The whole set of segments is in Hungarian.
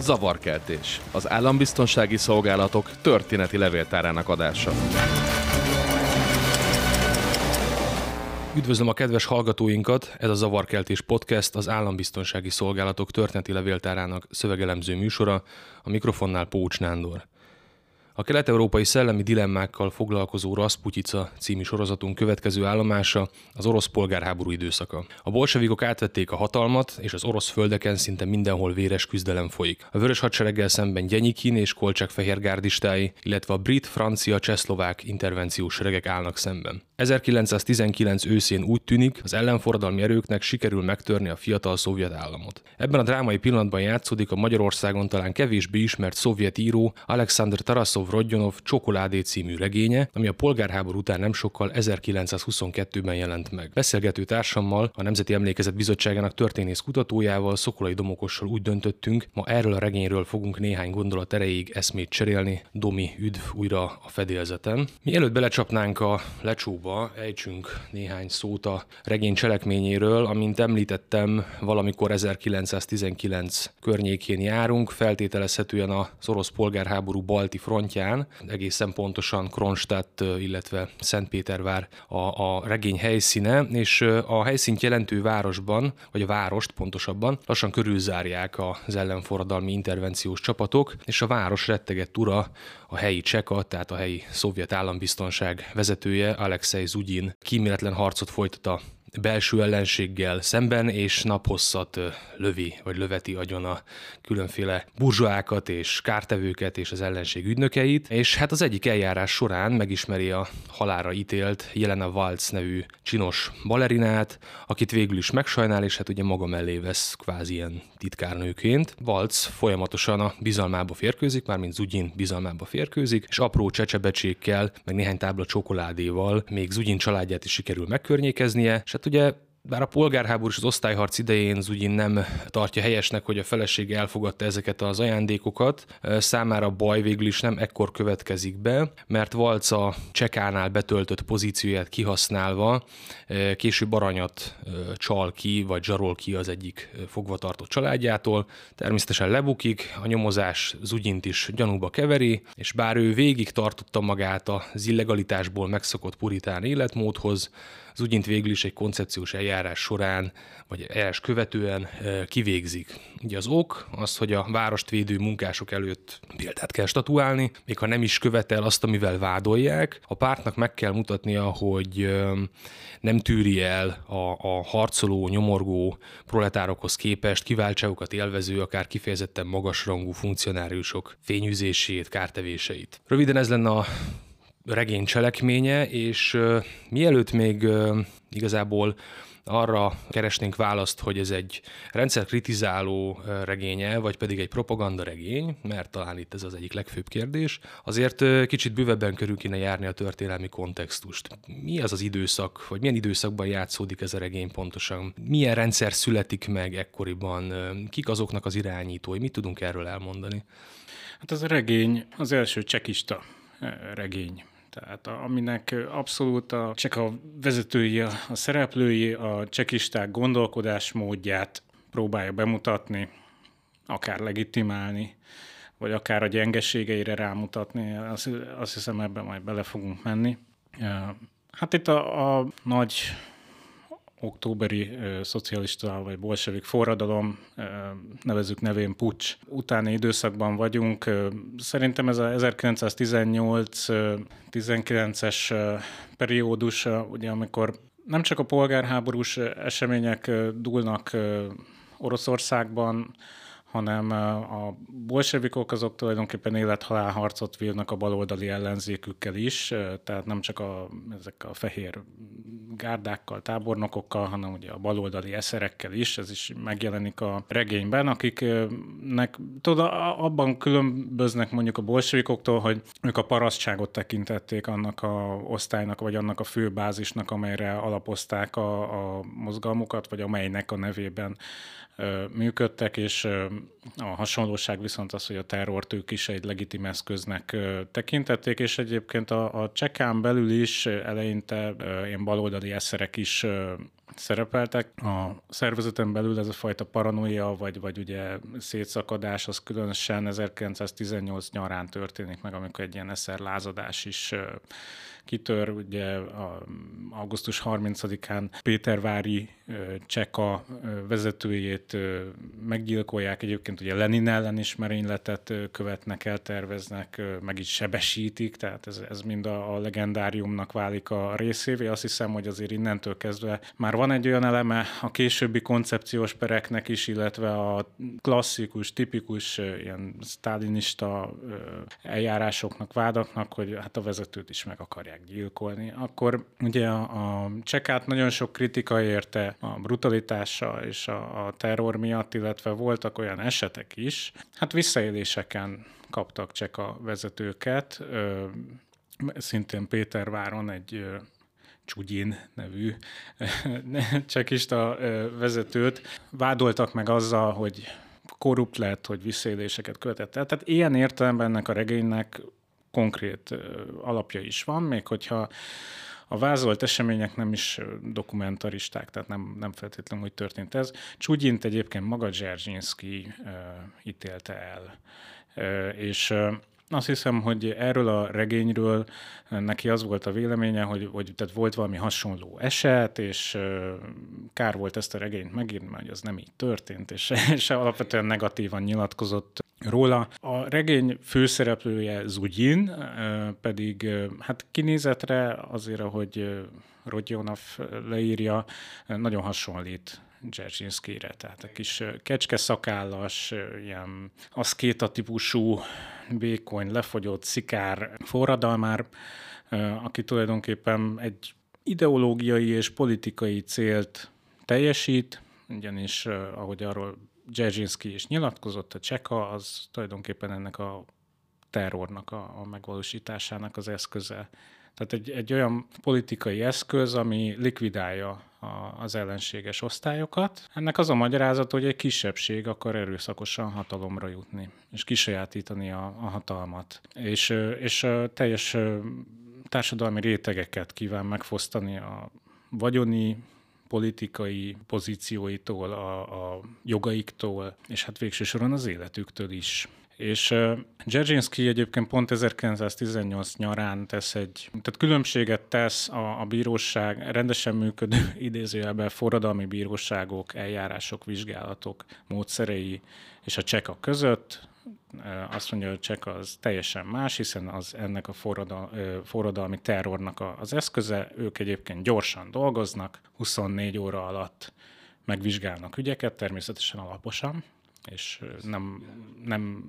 Zavarkeltés, az állambiztonsági szolgálatok történeti levéltárának adása. Üdvözlöm a kedves hallgatóinkat, ez a Zavarkeltés podcast, az állambiztonsági szolgálatok történeti levéltárának szövegelemző műsora, a mikrofonnál Pócs Nándor. A kelet-európai szellemi dilemmákkal foglalkozó Raszputyica című sorozatunk következő állomása az orosz polgárháború időszaka. A bolsevikok átvették a hatalmat, és az orosz földeken szinte mindenhol véres küzdelem folyik. A vörös hadsereggel szemben Gyenyikin és Kolcsák fehérgárdistái, illetve a brit, francia, csehszlovák intervenciós seregek állnak szemben. 1919 őszén úgy tűnik, az ellenforradalmi erőknek sikerül megtörni a fiatal szovjet államot. Ebben a drámai pillanatban játszódik a Magyarországon talán kevésbé ismert szovjet író Alekszandr Taraszov-Rodgyonov Csokoládé című regénye, ami a polgárháború után nem sokkal 1922-ben jelent meg. Beszélgető társammal, a Nemzeti Emlékezet Bizottságának történész kutatójával, Szokolai Domokossal úgy döntöttünk, ma erről a regényről fogunk néhány gondolat erejéig eszmét cserélni. Domi, üdv újra a fedélzeten. Mielőtt belecsapnánk a lecsóba, ejtsünk néhány szót a regény cselekményéről. Amint említettem, valamikor 1919 környékén járunk, feltételezhetően az orosz polgárháború balti frontján, egészen pontosan Kronstadt, illetve Szentpétervár a regény helyszíne, és a helyszínt jelentő városban, vagy a várost pontosabban, lassan körülzárják az ellenforradalmi intervenciós csapatok, és a város rettegett ura, a helyi cseka, tehát a helyi szovjet állambiztonság vezetője, Alexei Zudyin kíméletlen harcot folytat a belső ellenséggel szemben, és naphosszat löveti agyon a különféle burzsóákat és kártevőket és az ellenség ügynökeit, és hát az egyik eljárás során megismeri a halálra ítélt Jelena Waltz nevű csinos balerinát, akit végül is megsajnál, és hát ugye maga mellé vesz kvázi ilyen titkárnőként. Waltz folyamatosan a bizalmába férkőzik, mármint Zudyin bizalmába férkőzik, és apró csecsebecsékkel, meg néhány tábla csokoládéval még Zudyin családját is sikerül megkörnyékeznie, és hát ugye bár a polgárháború és az osztályharc idején Zudyin nem tartja helyesnek, hogy a felesége elfogadta ezeket az ajándékokat, számára a baj végül is nem ekkor következik be, mert Waltz a csekánál betöltött pozícióját kihasználva később aranyat csal ki, vagy zsarol ki az egyik fogvatartott családjától. Természetesen lebukik, a nyomozás Zudyint is gyanúba keveri, és bár ő végig tartotta magát az illegalitásból megszokott puritán életmódhoz, Zudyint végül is egy koncepciós eljárás során, vagy eljárás követően kivégzik. Ugye az ok az, hogy a várost védő munkások előtt példát kell statuálni, még ha nem is követel azt, amivel vádolják. A pártnak meg kell mutatnia, hogy nem tűri el a harcoló, nyomorgó proletárokhoz képest kiváltságokat élvező, akár kifejezetten magasrangú funkcionáriusok fényűzését, kártevéseit. Röviden ez lenne a regény cselekménye, és mielőtt még igazából arra keresnénk választ, hogy ez egy rendszerkritizáló regénye, vagy pedig egy propaganda regény, mert talán itt ez az egyik legfőbb kérdés, azért kicsit bővebben körül kéne járni a történelmi kontextust. Mi az az időszak, vagy milyen időszakban játszódik ez a regény pontosan? Milyen rendszer születik meg ekkoriban? Kik azoknak az irányítói? Mit tudunk erről elmondani? Hát ez a regény az első csekista regény. Tehát aminek abszolút a cseka vezetői, a szereplői, a csekisták gondolkodásmódját próbálja bemutatni, akár legitimálni, vagy akár a gyengeségeire rámutatni. Azt hiszem, ebben majd bele fogunk menni. Hát itt a nagy októberi szocialista vagy bolsevik forradalom, nevezzük nevén puccs utáni időszakban vagyunk. Szerintem ez a 1918-19-es periódus, ugye, amikor nem csak a polgárháborús események dúlnak Oroszországban, hanem a bolsevikok azok tulajdonképpen élet-halál harcot vívnak a baloldali ellenzékükkel is, tehát nem csak ezek a fehér gárdákkal, tábornokokkal, hanem ugye a baloldali eszerekkel is, ez is megjelenik a regényben, akiknek abban különböznek mondjuk a bolsevikoktól, hogy ők a parasztságot tekintették annak a osztálynak, vagy annak a főbázisnak, amelyre alapozták a mozgalmukat, vagy amelynek a nevében működtek, és a hasonlóság viszont az, hogy a terrort ők is egy legitim eszköznek tekintették, és egyébként a csekán belül is eleinte ilyen baloldali eszerek is szerepeltek. A szervezeten belül ez a fajta paranoia, vagy ugye szétszakadás, az különösen 1918 nyarán történik meg, amikor egy ilyen eszerlázadás is kitör. Ugye augusztus 30-án Pétervári Cseka vezetőjét meggyilkolják, egyébként ugye Lenin ellen is merényletet követnek el, terveznek, meg is sebesítik, tehát ez mind a legendáriumnak válik a részévé. Azt hiszem, hogy azért innentől kezdve már van egy olyan eleme a későbbi koncepciós pereknek is, illetve a klasszikus, tipikus ilyen sztálinista eljárásoknak, vádaknak, hogy hát a vezetőt is meg akarják gyilkolni. Akkor ugye a Csekát nagyon sok kritika érte a brutalitása és a terror miatt, illetve voltak olyan esetek is. Hát visszaéléseken kaptak Cseka vezetőket, szintén Péterváron egy Csugyin nevű csekista vezetőt vádoltak meg azzal, hogy korrupt lett, hogy visszaéléseket követett el. Tehát ilyen értelemben ennek a regénynek konkrét alapja is van, még hogyha a vázolt események nem is dokumentaristák, tehát nem feltétlenül úgy történt ez. Csugyint egyébként maga Dzerzsinszky ítélte el. És azt hiszem, hogy erről a regényről neki az volt a véleménye, hogy tehát volt valami hasonló eset, és kár volt ezt a regényt megírni, mert az nem így történt, és alapvetően negatívan nyilatkozott róla. A regény főszereplője Zugyin, pedig hát kinézetre azért, ahogy Rodionov leírja, nagyon hasonlít Dzerzsinszkyre, tehát a kis kecskeszakállas, ilyen aszkéta típusú, vékony, lefogyott, szikár forradalmár, aki tulajdonképpen egy ideológiai és politikai célt teljesít, ugyanis ahogy arról Dzerzsinszky is nyilatkozott, a Cseka az tulajdonképpen ennek a terrornak a megvalósításának az eszköze. Tehát egy olyan politikai eszköz, ami likvidálja az ellenséges osztályokat. Ennek az a magyarázat, hogy egy kisebbség akar erőszakosan hatalomra jutni, és kisajátítani a hatalmat. És teljes társadalmi rétegeket kíván megfosztani a vagyoni, politikai pozícióitól, a jogaiktól, és hát végső soron az életüktől is. És Dzerzsinszky egyébként pont 1918 nyarán tehát különbséget tesz a bíróság, rendesen működő idézőjelben forradalmi bíróságok, eljárások, vizsgálatok módszerei és a Cseka között. Azt mondja, hogy a Cseka az teljesen más, hiszen ennek a forradalmi terrornak az eszköze. Ők egyébként gyorsan dolgoznak, 24 óra alatt megvizsgálnak ügyeket, természetesen alaposan, és nem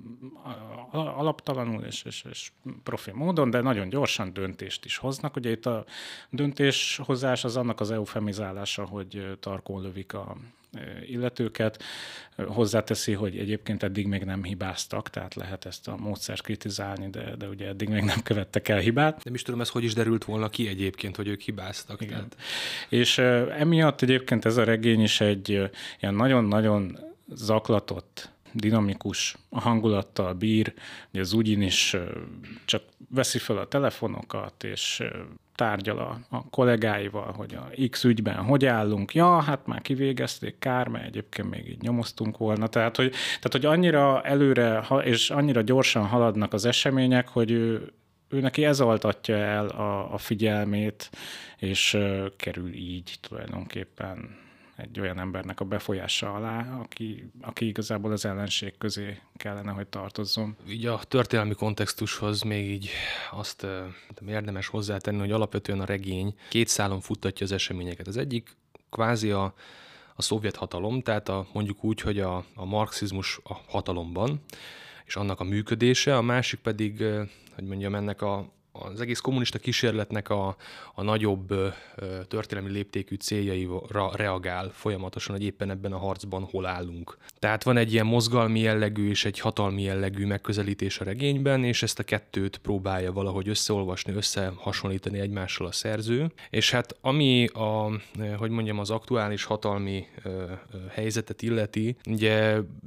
alaptalanul és profi módon, de nagyon gyorsan döntést is hoznak. Ugye itt a döntéshozás az annak az eufemizálása, hogy tarkón lövik a illetőket. Hozzáteszi, hogy egyébként eddig még nem hibáztak, tehát lehet ezt a módszert kritizálni, de ugye eddig még nem követtek el hibát. Nem is tudom, ez hogy is derült volna ki egyébként, hogy ők hibáztak. Igen. Tehát. És emiatt egyébként ez a regény is egy ilyen nagyon-nagyon zaklatott, dinamikus hangulattal bír, ugye az Zugyin is csak veszi fel a telefonokat, és tárgyal a kollégáival, hogy a X ügyben hogy állunk. Ja, hát már kivégezték, kár, mert egyébként még így nyomoztunk volna. Tehát, hogy annyira előre és annyira gyorsan haladnak az események, hogy ő neki ez altatja el a figyelmét, és kerül így tulajdonképpen egy olyan embernek a befolyása alá, aki igazából az ellenség közé kellene, hogy tartozzon. Így a történelmi kontextushoz még így azt érdemes hozzátenni, hogy alapvetően a regény két szálon futtatja az eseményeket. Az egyik kvázi a szovjet hatalom, tehát mondjuk úgy, hogy a marxizmus a hatalomban, és annak a működése, a másik pedig, hogy mondjam, ennek az egész kommunista kísérletnek a nagyobb történelmi léptékű céljaira reagál folyamatosan, hogy éppen ebben a harcban hol állunk. Tehát van egy ilyen mozgalmi jellegű és egy hatalmi jellegű megközelítés a regényben, és ezt a kettőt próbálja valahogy összeolvasni, összehasonlítani egymással a szerző. És hát ami az aktuális hatalmi helyzetet illeti, ugye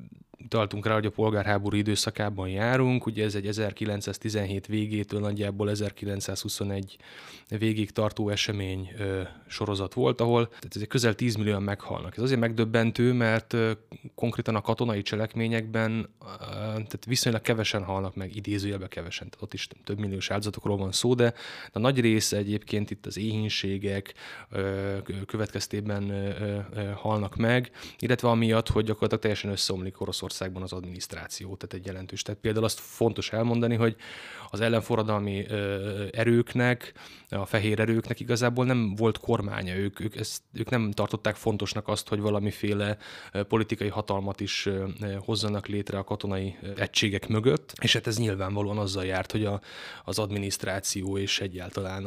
utaltunk rá, hogy a polgárháború időszakában járunk, ugye ez egy 1917 végétől nagyjából 1921 végig tartó esemény sorozat volt, ahol tehát közel 10 millióan meghalnak. Ez azért megdöbbentő, mert konkrétan a katonai cselekményekben tehát viszonylag kevesen halnak meg, idézőjelben kevesen, tehát ott is több milliós áldozatokról van szó, de a nagy része egyébként itt az éhínségek következtében halnak meg, illetve amiatt, hogy gyakorlatilag teljesen összeomlik Oroszországban az adminisztráció, tehát egy jelentős. Tehát például azt fontos elmondani, hogy az ellenforradalmi erőknek, a fehér erőknek igazából nem volt kormánya. Ők nem tartották fontosnak azt, hogy valamiféle politikai hatalmat is hozzanak létre a katonai egységek mögött, és hát ez nyilvánvalóan azzal járt, hogy az adminisztráció és egyáltalán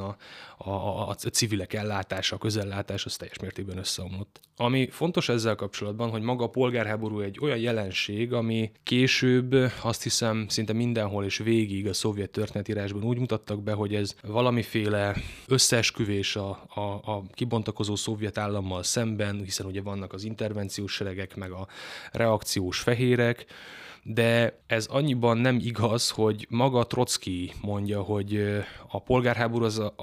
a civilek ellátása, a közellátás az teljes mértékben összeomlott. Ami fontos ezzel kapcsolatban, hogy maga a polgárháború egy olyan jelenség, ami később azt hiszem szinte mindenhol és végig a szovjet történetírásban úgy mutattak be, hogy ez valamiféle összeesküvés a kibontakozó szovjet állammal szemben, hiszen ugye vannak az intervenciós seregek, meg a reakciós fehérek, de ez annyiban nem igaz, hogy maga Trocki mondja, hogy a polgárháború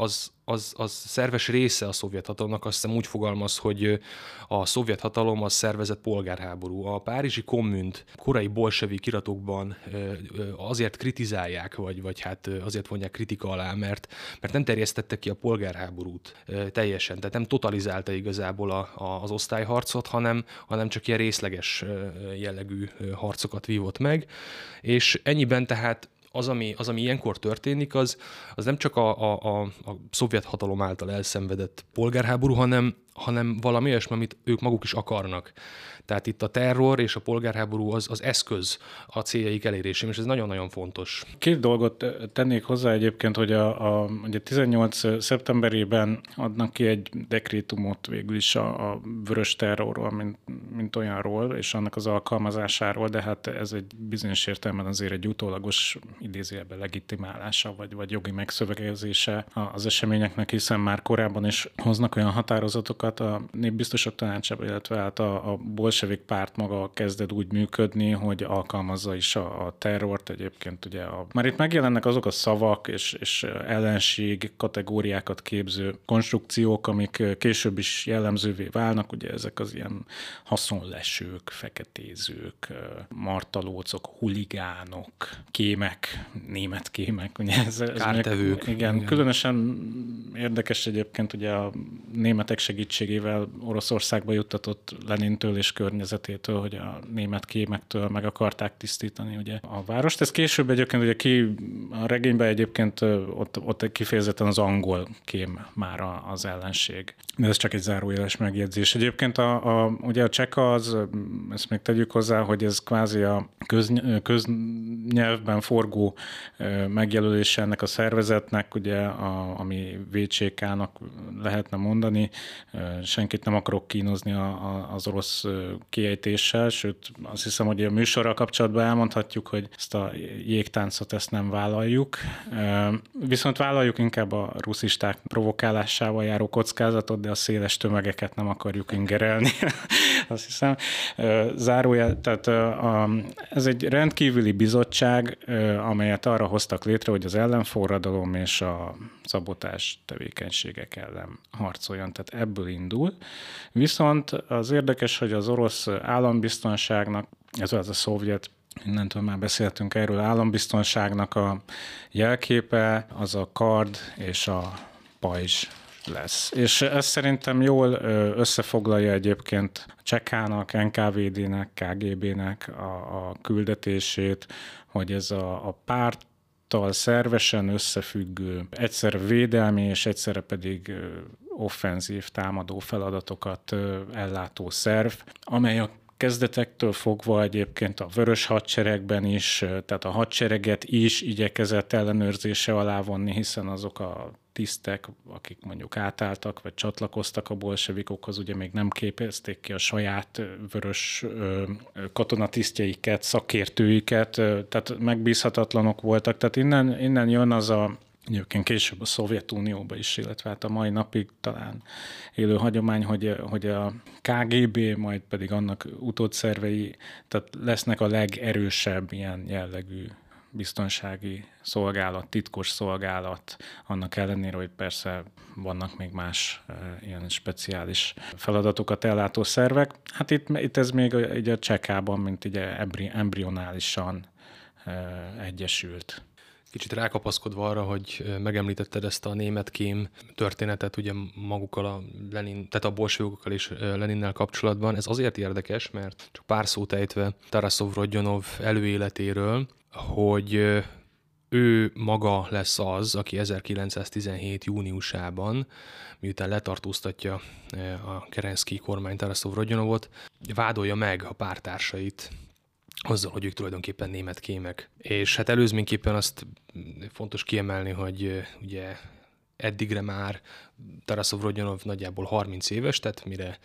az szerves része a szovjet hatalomnak, azt hiszem úgy fogalmaz, hogy a szovjet hatalom az szervezett polgárháború. A párizsi kommunt korai bolsevik iratokban azért kritizálják, vagy hát azért vonják kritika alá, mert nem terjesztette ki a polgárháborút teljesen, tehát nem totalizálta igazából az osztályharcot, hanem csak ilyen részleges jellegű harcokat vívott meg, és ennyiben tehát az, ami ilyenkor történik, az nem csak a szovjet hatalom által elszenvedett polgárháború, hanem valami olyasmi, amit ők maguk is akarnak. Tehát itt a terror és a polgárháború az eszköz a céljaik elérésében, és ez nagyon-nagyon fontos. Két dolgot tennék hozzá egyébként, hogy ugye 18 szeptemberében adnak ki egy dekrétumot végül is a vörös terrorról, mint olyanról, és annak az alkalmazásáról, de hát ez egy bizonyos értelemben azért egy utólagos idézőjelben legitimálása, vagy jogi megszövegezése az eseményeknek, hiszen már korábban is hoznak olyan határozatokat a Népbiztosok Tanácsában, illetve hát a bolsevik párt maga kezdett úgy működni, hogy alkalmazza is a terrort. Egyébként ugye már itt megjelennek azok a szavak és ellenség kategóriákat képző konstrukciók, amik később is jellemzővé válnak, ugye ezek az ilyen haszonlesők, feketézők, martalócok, huligánok, kémek, német kémek, ugye kártevők. Igen, különösen érdekes egyébként ugye a németek segítségével Oroszországba juttatott Lenintől és környezetétől, hogy a német kémektől meg akarták tisztítani ugye a várost. Ez később egyébként ugye a regényben egyébként ott kifejezetten az angol kém már az ellenség. De ez csak egy zárójeles megjegyzés. Egyébként ugye a cseka ezt még tegyük hozzá, hogy ez kvázi a köznyelvben forgó megjelölése ennek a szervezetnek, ugye, ami VCK-nak lehetne mondani. Senkit nem akarok kínozni az orosz kiejtéssel, sőt azt hiszem, hogy a műsorral kapcsolatban elmondhatjuk, hogy ezt a jégtáncot ezt nem vállaljuk. Viszont vállaljuk inkább a ruszisták provokálásával járó kockázatot, de a széles tömegeket nem akarjuk ingerelni. Azt hiszem. Zárójel, tehát ez egy rendkívüli bizottság, amelyet arra hoztak létre, hogy az ellenforradalom és a szabotás tevékenységek ellen harcoljon. Tehát ebből indul. Viszont az érdekes, hogy az orosz állambiztonságnak, ez az a szovjet, innentől már beszéltünk erről, állambiztonságnak a jelképe az a kard és a pajzs lesz. És ez szerintem jól összefoglalja egyébként a CSK-nak, NKVD-nek, KGB-nek a küldetését, hogy ez a párttal szervesen összefüggő, egyszerre védelmi és egyszerre pedig offenzív, támadó feladatokat ellátó szerv, amely a kezdetektől fogva egyébként a vörös hadseregben is, tehát a hadsereget is igyekezett ellenőrzése alá vonni, hiszen azok a tisztek, akik mondjuk átálltak, vagy csatlakoztak a bolsevikokhoz, ugye még nem képezték ki a saját vörös katonatisztjeiket, szakértőiket, tehát megbízhatatlanok voltak. Tehát innen jön az a Egyébként később a Szovjetunióban is, illetve hát a mai napig talán élő hagyomány, hogy a KGB, majd pedig annak utódszervei, tehát lesznek a legerősebb ilyen jellegű biztonsági szolgálat, titkos szolgálat, annak ellenére, hogy persze vannak még más ilyen speciális feladatokat ellátó szervek. Hát itt ez még így a csekában, mint így embrionálisan egyesült. Kicsit rákapaszkodva arra, hogy megemlítetted ezt a németkém történetet, ugye magukkal a Lenin, tehát a bolsevikokkal és Leninnel kapcsolatban. Ez azért érdekes, mert csak pár szót ejtve Tarasov-Rodionov előéletéről, hogy ő maga lesz az, aki 1917. júniusában, miután letartóztatja a Kerenszkij kormány Tarasov-Rodionovot, vádolja meg a pártársait azzal, hogy ők tulajdonképpen német kémek. És hát előzményképpen azt fontos kiemelni, hogy ugye eddigre már Tarasov-Rodionov nagyjából 30 éves, tehát mire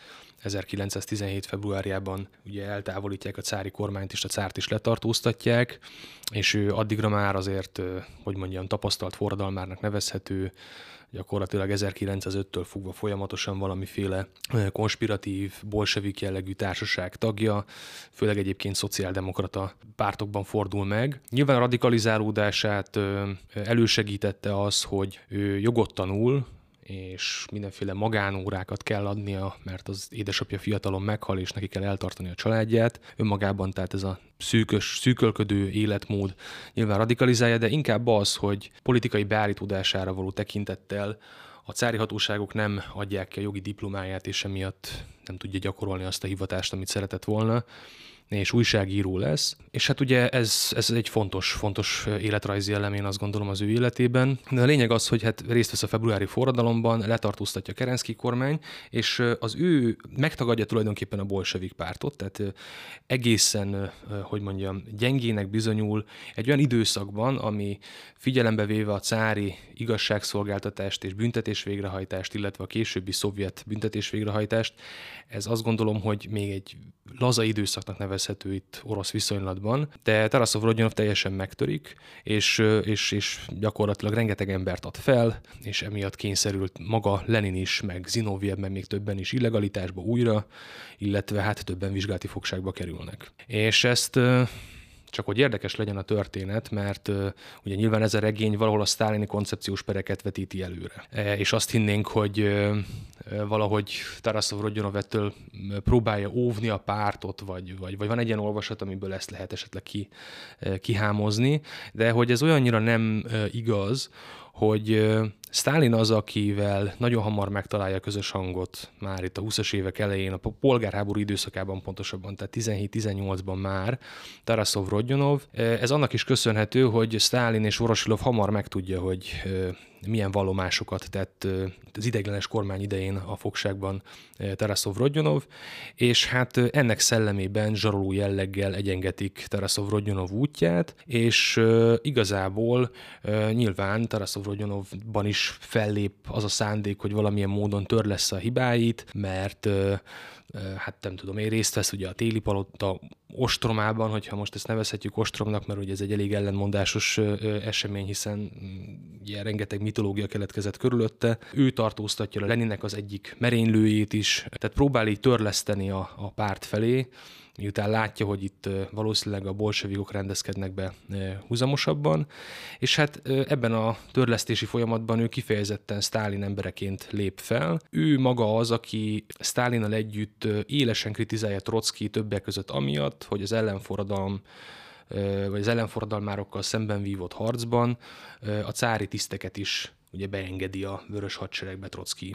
1917. februárjában ugye eltávolítják a cári kormányt és a cárt is letartóztatják, és ő addigra már azért, hogy mondjam, tapasztalt forradalmárnak nevezhető, gyakorlatilag 1905-től fogva folyamatosan valamiféle konspiratív, bolsevik jellegű társaság tagja, főleg egyébként szociáldemokrata pártokban fordul meg. Nyilván a radikalizálódását elősegítette az, hogy ő jogot tanul, és mindenféle magánórákat kell adnia, mert az édesapja fiatalon meghal, és neki kell eltartani a családját. Önmagában tehát ez a szűkölködő életmód nyilván radikalizálja, de inkább az, hogy politikai beállítódására való tekintettel a cári hatóságok nem adják ki a jogi diplomáját, és emiatt nem tudja gyakorolni azt a hivatást, amit szeretett volna, és újságíró lesz. És hát ugye ez egy fontos életrajzi elem, én azt gondolom, az ő életében. De a lényeg az, hogy hát részt vesz a februári forradalomban, letartóztatja Kerenszkij kormány, és az ő megtagadja tulajdonképpen a bolsevik pártot, tehát egészen, hogy mondjam, gyengének bizonyul egy olyan időszakban, ami figyelembe véve a cári igazságszolgáltatást és büntetésvégrehajtást, illetve a későbbi szovjet büntetésvégrehajtást, ez azt gondolom, hogy még egy laza időszaknak nevezhető itt orosz viszonylatban, de Tarasov-Rodionov teljesen megtörik, és gyakorlatilag rengeteg embert ad fel, és emiatt kényszerült maga Lenin is, meg Zinoviev, meg még többen is illegalitásba újra, illetve hát többen vizsgálati fogságba kerülnek. És ezt csak hogy érdekes legyen a történet, mert ugye nyilván ez a regény valahol a sztálini koncepciós pereket vetíti előre. És azt hinnénk, hogy valahogy Tarasov-Rodionov ettől próbálja óvni a pártot, vagy van egy ilyen olvasat, amiből ezt lehet esetleg kihámozni, de hogy ez olyannyira nem igaz, hogy Sztálin az, akivel nagyon hamar megtalálja a közös hangot már itt a 20-as évek elején, a polgárháború időszakában pontosabban, tehát 17-18-ban már Tarasov-Rodionov. Ez annak is köszönhető, hogy Sztálin és Vorosilov hamar megtudja, hogy milyen vallomásokat tett az ideiglenes kormány idején a fogságban Tarasov-Rodionov, és hát ennek szellemében zsaroló jelleggel egyengetik Tarasov-Rodionov útját, és igazából nyilván Tarasov-Rodionovban is fellép az a szándék, hogy valamilyen módon törlessze a hibáit, mert hát nem tudom, én részt vesz ugye a téli palota ostromában, hogyha most ezt nevezhetjük ostromnak, mert ugye ez egy elég ellenmondásos esemény, hiszen ilyen rengeteg mitológia keletkezett körülötte. Ő tartóztatja a Leninnek az egyik merénylőjét is, tehát próbál így törleszteni a párt felé, miután látja, hogy itt valószínűleg a bolsevikok rendezkednek be húzamosabban, és hát ebben a törlesztési folyamatban ő kifejezetten Sztálin embereként lép fel. Ő maga az, aki Sztálinnal együtt élesen kritizálja Troczki többek között amiatt, hogy az ellenforradalom vagy az ellenforradalmárokkal szemben vívott harcban a cári tiszteket is ugye beengedi a vörös hadseregbe Troczki.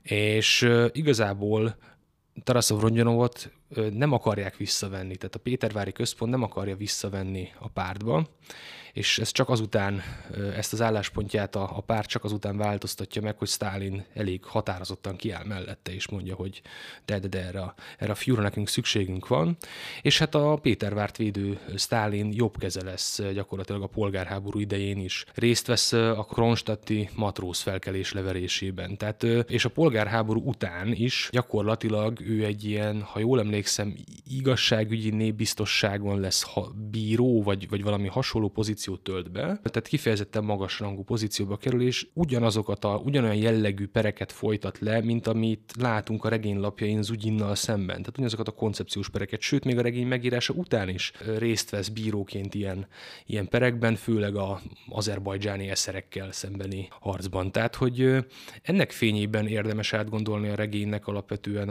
És igazából Tarasov-Rodionovot nem akarják visszavenni, tehát a Pétervári Központ nem akarja visszavenni a pártba, és ez csak azután, ezt az álláspontját a párt csak azután változtatja meg, hogy Sztálin elég határozottan kiáll mellette, és mondja, hogy de erre a fiúra nekünk szükségünk van, és hát a Pétervárt védő Sztálin jobb keze lesz gyakorlatilag a polgárháború idején is. Részt vesz a kronstadti matróz felkelés leverésében, tehát, és a polgárháború után is gyakorlatilag ő egy ilyen, ha jól emlékszem, emlékszem, igazságügyi népbiztosságon lesz bíró, vagy valami hasonló pozíciót tölt be, tehát kifejezetten magas rangú pozícióba kerül, és ugyanolyan jellegű pereket folytat le, mint amit látunk a regénylapjain Zugyinnal szemben. Tehát ugyanazokat a koncepciós pereket, sőt, még a regény megírása után is részt vesz bíróként ilyen perekben, főleg az azerbajdzsáni eszerekkel szembeni harcban. Tehát, hogy ennek fényében érdemes átgondolni a regénynek alapvetően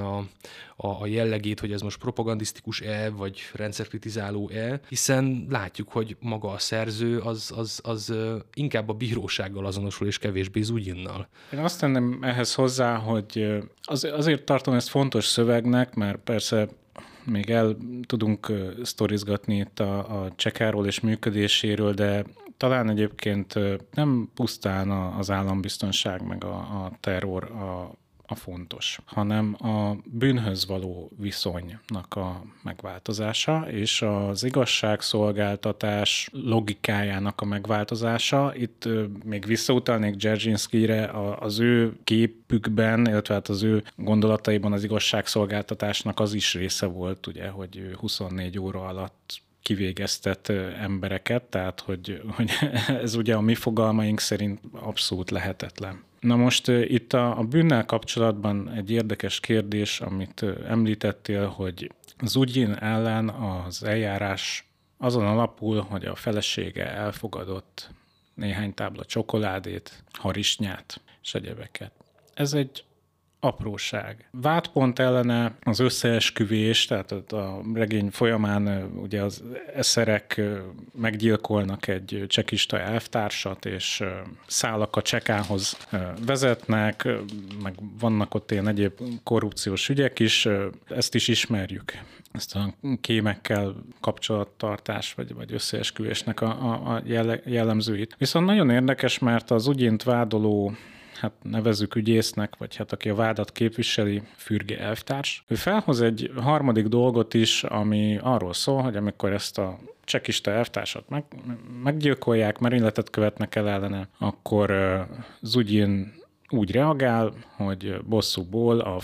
a jellegét, hogy ez most propagandisztikus-e, vagy rendszerkritizáló-e, hiszen látjuk, hogy maga a szerző az inkább a bírósággal azonosul, és kevésbé Zugyinnal. Én azt tenném ehhez hozzá, hogy azért tartom ezt fontos szövegnek, mert persze még el tudunk sztorizgatni itt a csekáról és működéséről, de talán egyébként nem pusztán az állambiztonság meg a terror a fontos, hanem a bűnhöz való viszonynak a megváltozása, és az igazságszolgáltatás logikájának a megváltozása. Itt még visszautalnék Dzerzsinszkijre, az ő képükben, illetve hát az ő gondolataiban az igazságszolgáltatásnak az is része volt, ugye, hogy 24 óra alatt kivégeztet embereket, tehát hogy ez ugye a mi fogalmaink szerint abszolút lehetetlen. Na most itt a bűnnel kapcsolatban egy érdekes kérdés, amit említettél, hogy Zugyin ellen az eljárás azon alapul, hogy a felesége elfogadott néhány tábla csokoládét, harisnyát és egyebeket. Ez egy apróság. Vádpont ellene az összeesküvés, tehát a regény folyamán ugye az eszerek meggyilkolnak egy csekista elvtársat, és szálak a csekához vezetnek, meg vannak ott ilyen egyéb korrupciós ügyek is, ezt is ismerjük. Ezt a kémekkel kapcsolattartás, vagy összeesküvésnek a jellemzőit. Viszont nagyon érdekes, mert az Zugyint vádoló, hát nevezzük ügyésznek, vagy hát aki a vádat képviseli, Fürge elvtárs. Ő felhoz egy harmadik dolgot is, ami arról szól, hogy amikor ezt a csekista elvtársat meggyilkolják, merényletet követnek el ellene, akkor Zugyin úgy reagál, hogy bosszúból a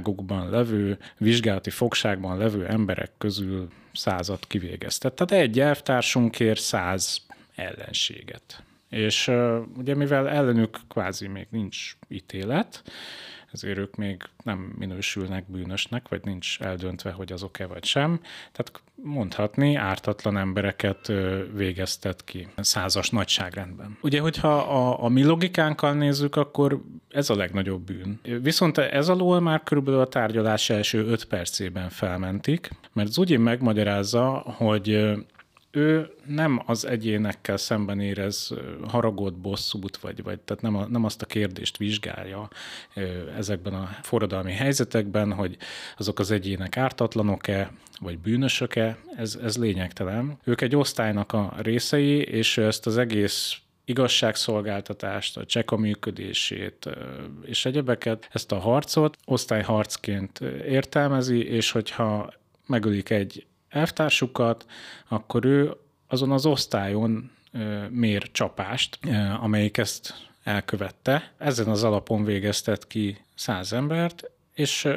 vizsgálati fogságban levő emberek közül 100-at kivégeztet. Tehát egy elvtársunkért 100 ellenséget. És ugye mivel ellenük kvázi még nincs ítélet, ezért ők még nem minősülnek bűnösnek, vagy nincs eldöntve, hogy azok-e vagy sem. Tehát mondhatni, ártatlan embereket végeztet ki 100-as nagyságrendben. Ugye, hogyha a mi logikánkkal nézzük, akkor ez a legnagyobb bűn. Viszont ez alól már körülbelül a tárgyalás első 5 percében felmentik, mert Zugyin megmagyarázza, hogy ő nem az egyénekkel szemben érez haragot, bosszút, vagy tehát nem azt a kérdést vizsgálja ezekben a forradalmi helyzetekben, hogy azok az egyének ártatlanok-e, vagy bűnösök-e, ez lényegtelen. Ők egy osztálynak a részei, és ezt az egész igazságszolgáltatást, a cseka működését és egyebeket, ezt a harcot osztályharcként értelmezi, és hogyha megölik egy elvtársukat, akkor ő azon az osztályon mér csapást, amelyik ezt elkövette. Ezen az alapon végeztet ki 100 embert, és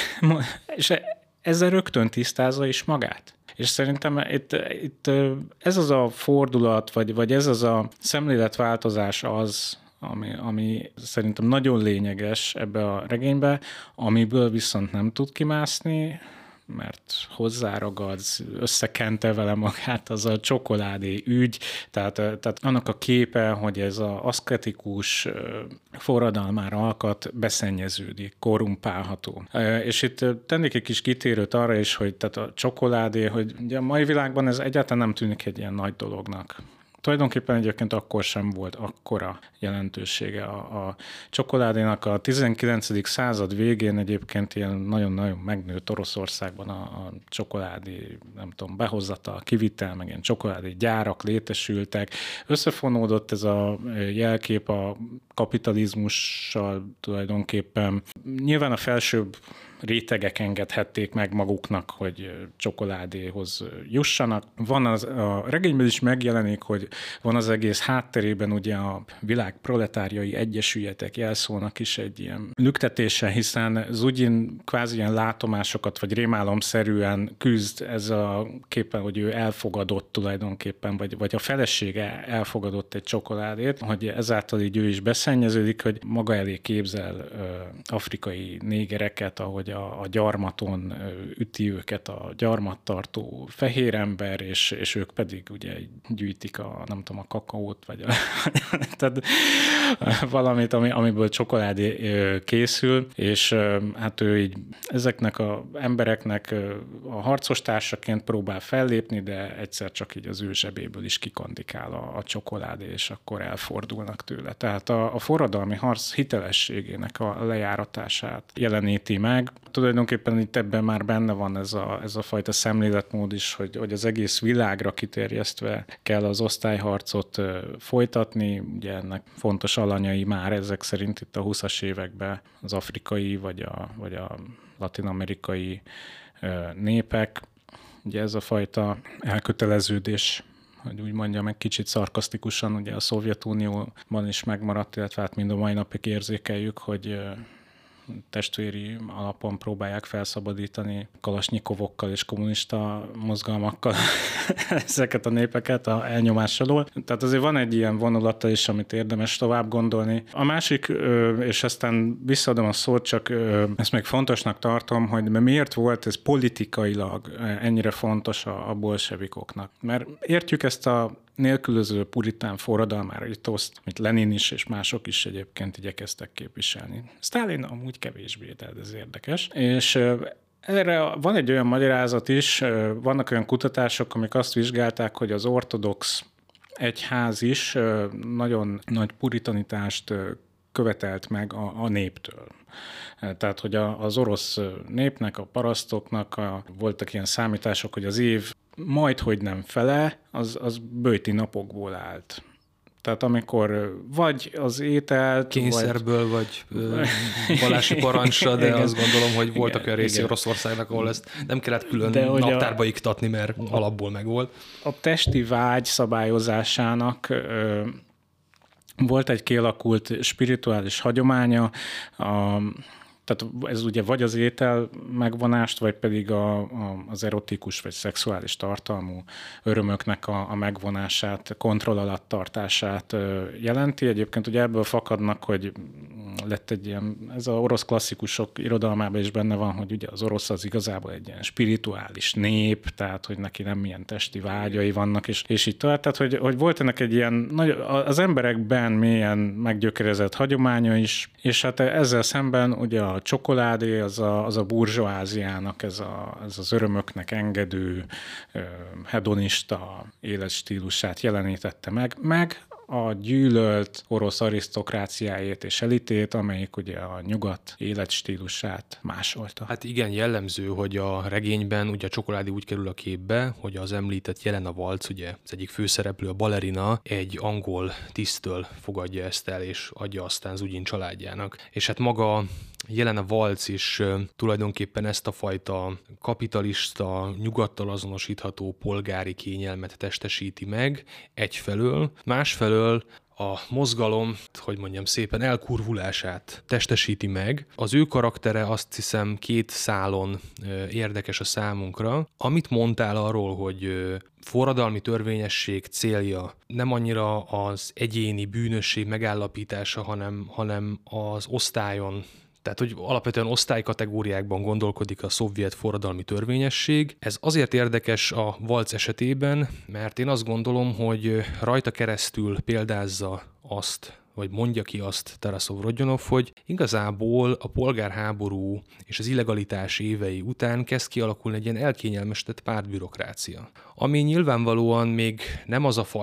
ezzel rögtön tisztázza is magát. És szerintem itt ez az a fordulat, vagy ez az a szemléletváltozás az, ami szerintem nagyon lényeges ebbe a regénybe, amiből viszont nem tud kimászni, mert hozzáragadsz, összekente vele magát az a csokoládé ügy, tehát annak a képe, hogy ez az aszketikus forradalmára alkat beszennyeződik, korrumpálható. És itt tennék egy kis kitérőt arra is, hogy tehát a csokoládé, hogy ugye a mai világban ez egyáltalán nem tűnik egy ilyen nagy dolognak. Tulajdonképpen egyébként akkor sem volt akkora jelentősége a csokoládénak. A 19. század végén egyébként ilyen nagyon-nagyon megnőtt Oroszországban a csokoládé, nem tudom, behozatal, kivitel, meg ilyen csokoládé gyárak létesültek. Összefonódott ez a jelkép a kapitalizmussal tulajdonképpen. Nyilván a felsőbb rétegek engedhették meg maguknak, hogy csokoládéhoz jussanak. A regényben is megjelenik, hogy van az egész hátterében ugye a világ proletárjai egyesületek jelszónak is egy ilyen lüktetése, hiszen Zugin kvázi ilyen látomásokat, vagy rémálomszerűen küzd ez a képen, hogy ő elfogadott tulajdonképpen, vagy a felesége elfogadott egy csokoládét, hogy ezáltal így ő is beszennyeződik, hogy maga elé képzel afrikai négereket, ahogy a gyarmaton üti őket a gyarmattartó fehér ember, és ők pedig ugye gyűjtik nem tudom, a kakaót, vagy tehát valamit, amiből csokoládé készül, és hát ő így ezeknek az embereknek a harcos társaként próbál fellépni, de egyszer csak így az ő zsebéből is kikandikál a csokoládé, és akkor elfordulnak tőle. Tehát a forradalmi harc hitelességének a lejáratását jeleníti meg. Tulajdonképpen itt ebben már benne van ez a fajta szemléletmód is, hogy az egész világra kiterjesztve kell az osztályharcot folytatni. Ugye ennek fontos alanyai már ezek szerint itt a 20-as években az afrikai vagy a latin-amerikai népek. Ugye ez a fajta elköteleződés, hogy úgy mondjam, egy kicsit szarkasztikusan, ugye a Szovjetunióban is megmaradt, illetve hát mind a mai napig érzékeljük, hogy testvéri alapon próbálják felszabadítani kalasnyikovokkal és kommunista mozgalmakkal ezeket a népeket a elnyomás alól. Tehát azért van egy ilyen vonulata is, amit érdemes tovább gondolni. A másik, és aztán visszaadom a szót, csak ezt még fontosnak tartom, hogy miért volt ez politikailag ennyire fontos a bolsevikoknak. Mert értjük ezt a nélkülöző puritán forradalmára toszt, amit Lenin is és mások is egyébként igyekeztek képviselni. Sztálin amúgy kevésbé, tehát ez érdekes. És erre van egy olyan magyarázat is, vannak olyan kutatások, amik azt vizsgálták, hogy az ortodox egyház is nagyon nagy puritanitást követelt meg a néptől. Tehát, hogy az orosz népnek, a parasztoknak voltak ilyen számítások, hogy az év majdhogy nem fele, az böjti napokból állt. Tehát amikor vagy az ételt... Kényszerből, vagy vallási parancsra, de azt gondolom, hogy voltak olyan részi Oroszországnak, ahol ezt nem kellett külön naptárba iktatni, mert alapból megvolt. A testi vágy szabályozásának volt egy kialakult spirituális hagyománya, tehát ez ugye vagy az étel megvonást, vagy pedig az erotikus vagy szexuális tartalmú örömöknek a megvonását, kontroll alatt tartását jelenti. Egyébként ugye ebből fakadnak, hogy lett egy ilyen, ez az orosz klasszikusok irodalmában is benne van, hogy ugye az orosz az igazából egy ilyen spirituális nép, tehát hogy neki nem ilyen testi vágyai vannak, és így tovább. Tehát, hogy volt ennek egy ilyen, az emberekben mélyen meggyökerezett hagyománya is, és hát ezzel szemben ugye a csokoládé az a burzsóáziának, ez az örömöknek engedő, hedonista életstílusát jelenítette meg a gyűlölt orosz arisztokráciáját és elitét, amelyik ugye a nyugat életstílusát másolta. Hát igen, jellemző, hogy a regényben ugye a csokoládé úgy kerül a képbe, hogy az említett Jelena Valc, ugye az egyik főszereplő, a balerina, egy angol tiszttől fogadja ezt el, és adja aztán Zugin családjának. És hát maga Jelena Valc is tulajdonképpen ezt a fajta kapitalista, nyugattal azonosítható polgári kényelmet testesíti meg egyfelől, másfelől a mozgalom, hogy mondjam szépen, elkurvulását testesíti meg. Az ő karaktere azt hiszem két szálon érdekes a számunkra. Amit mondtál arról, hogy forradalmi törvényesség célja nem annyira az egyéni bűnösség megállapítása, hanem az osztályon, tehát, hogy alapvetően osztálykategóriákban gondolkodik a szovjet forradalmi törvényesség. Ez azért érdekes a Valc esetében, mert én azt gondolom, hogy rajta keresztül példázza azt, vagy mondja ki azt Tarasov Rodionov, hogy igazából a polgárháború és az illegalitás évei után kezd kialakulni egy ilyen elkényelmesített pártbürokrácia, ami nyilvánvalóan még nem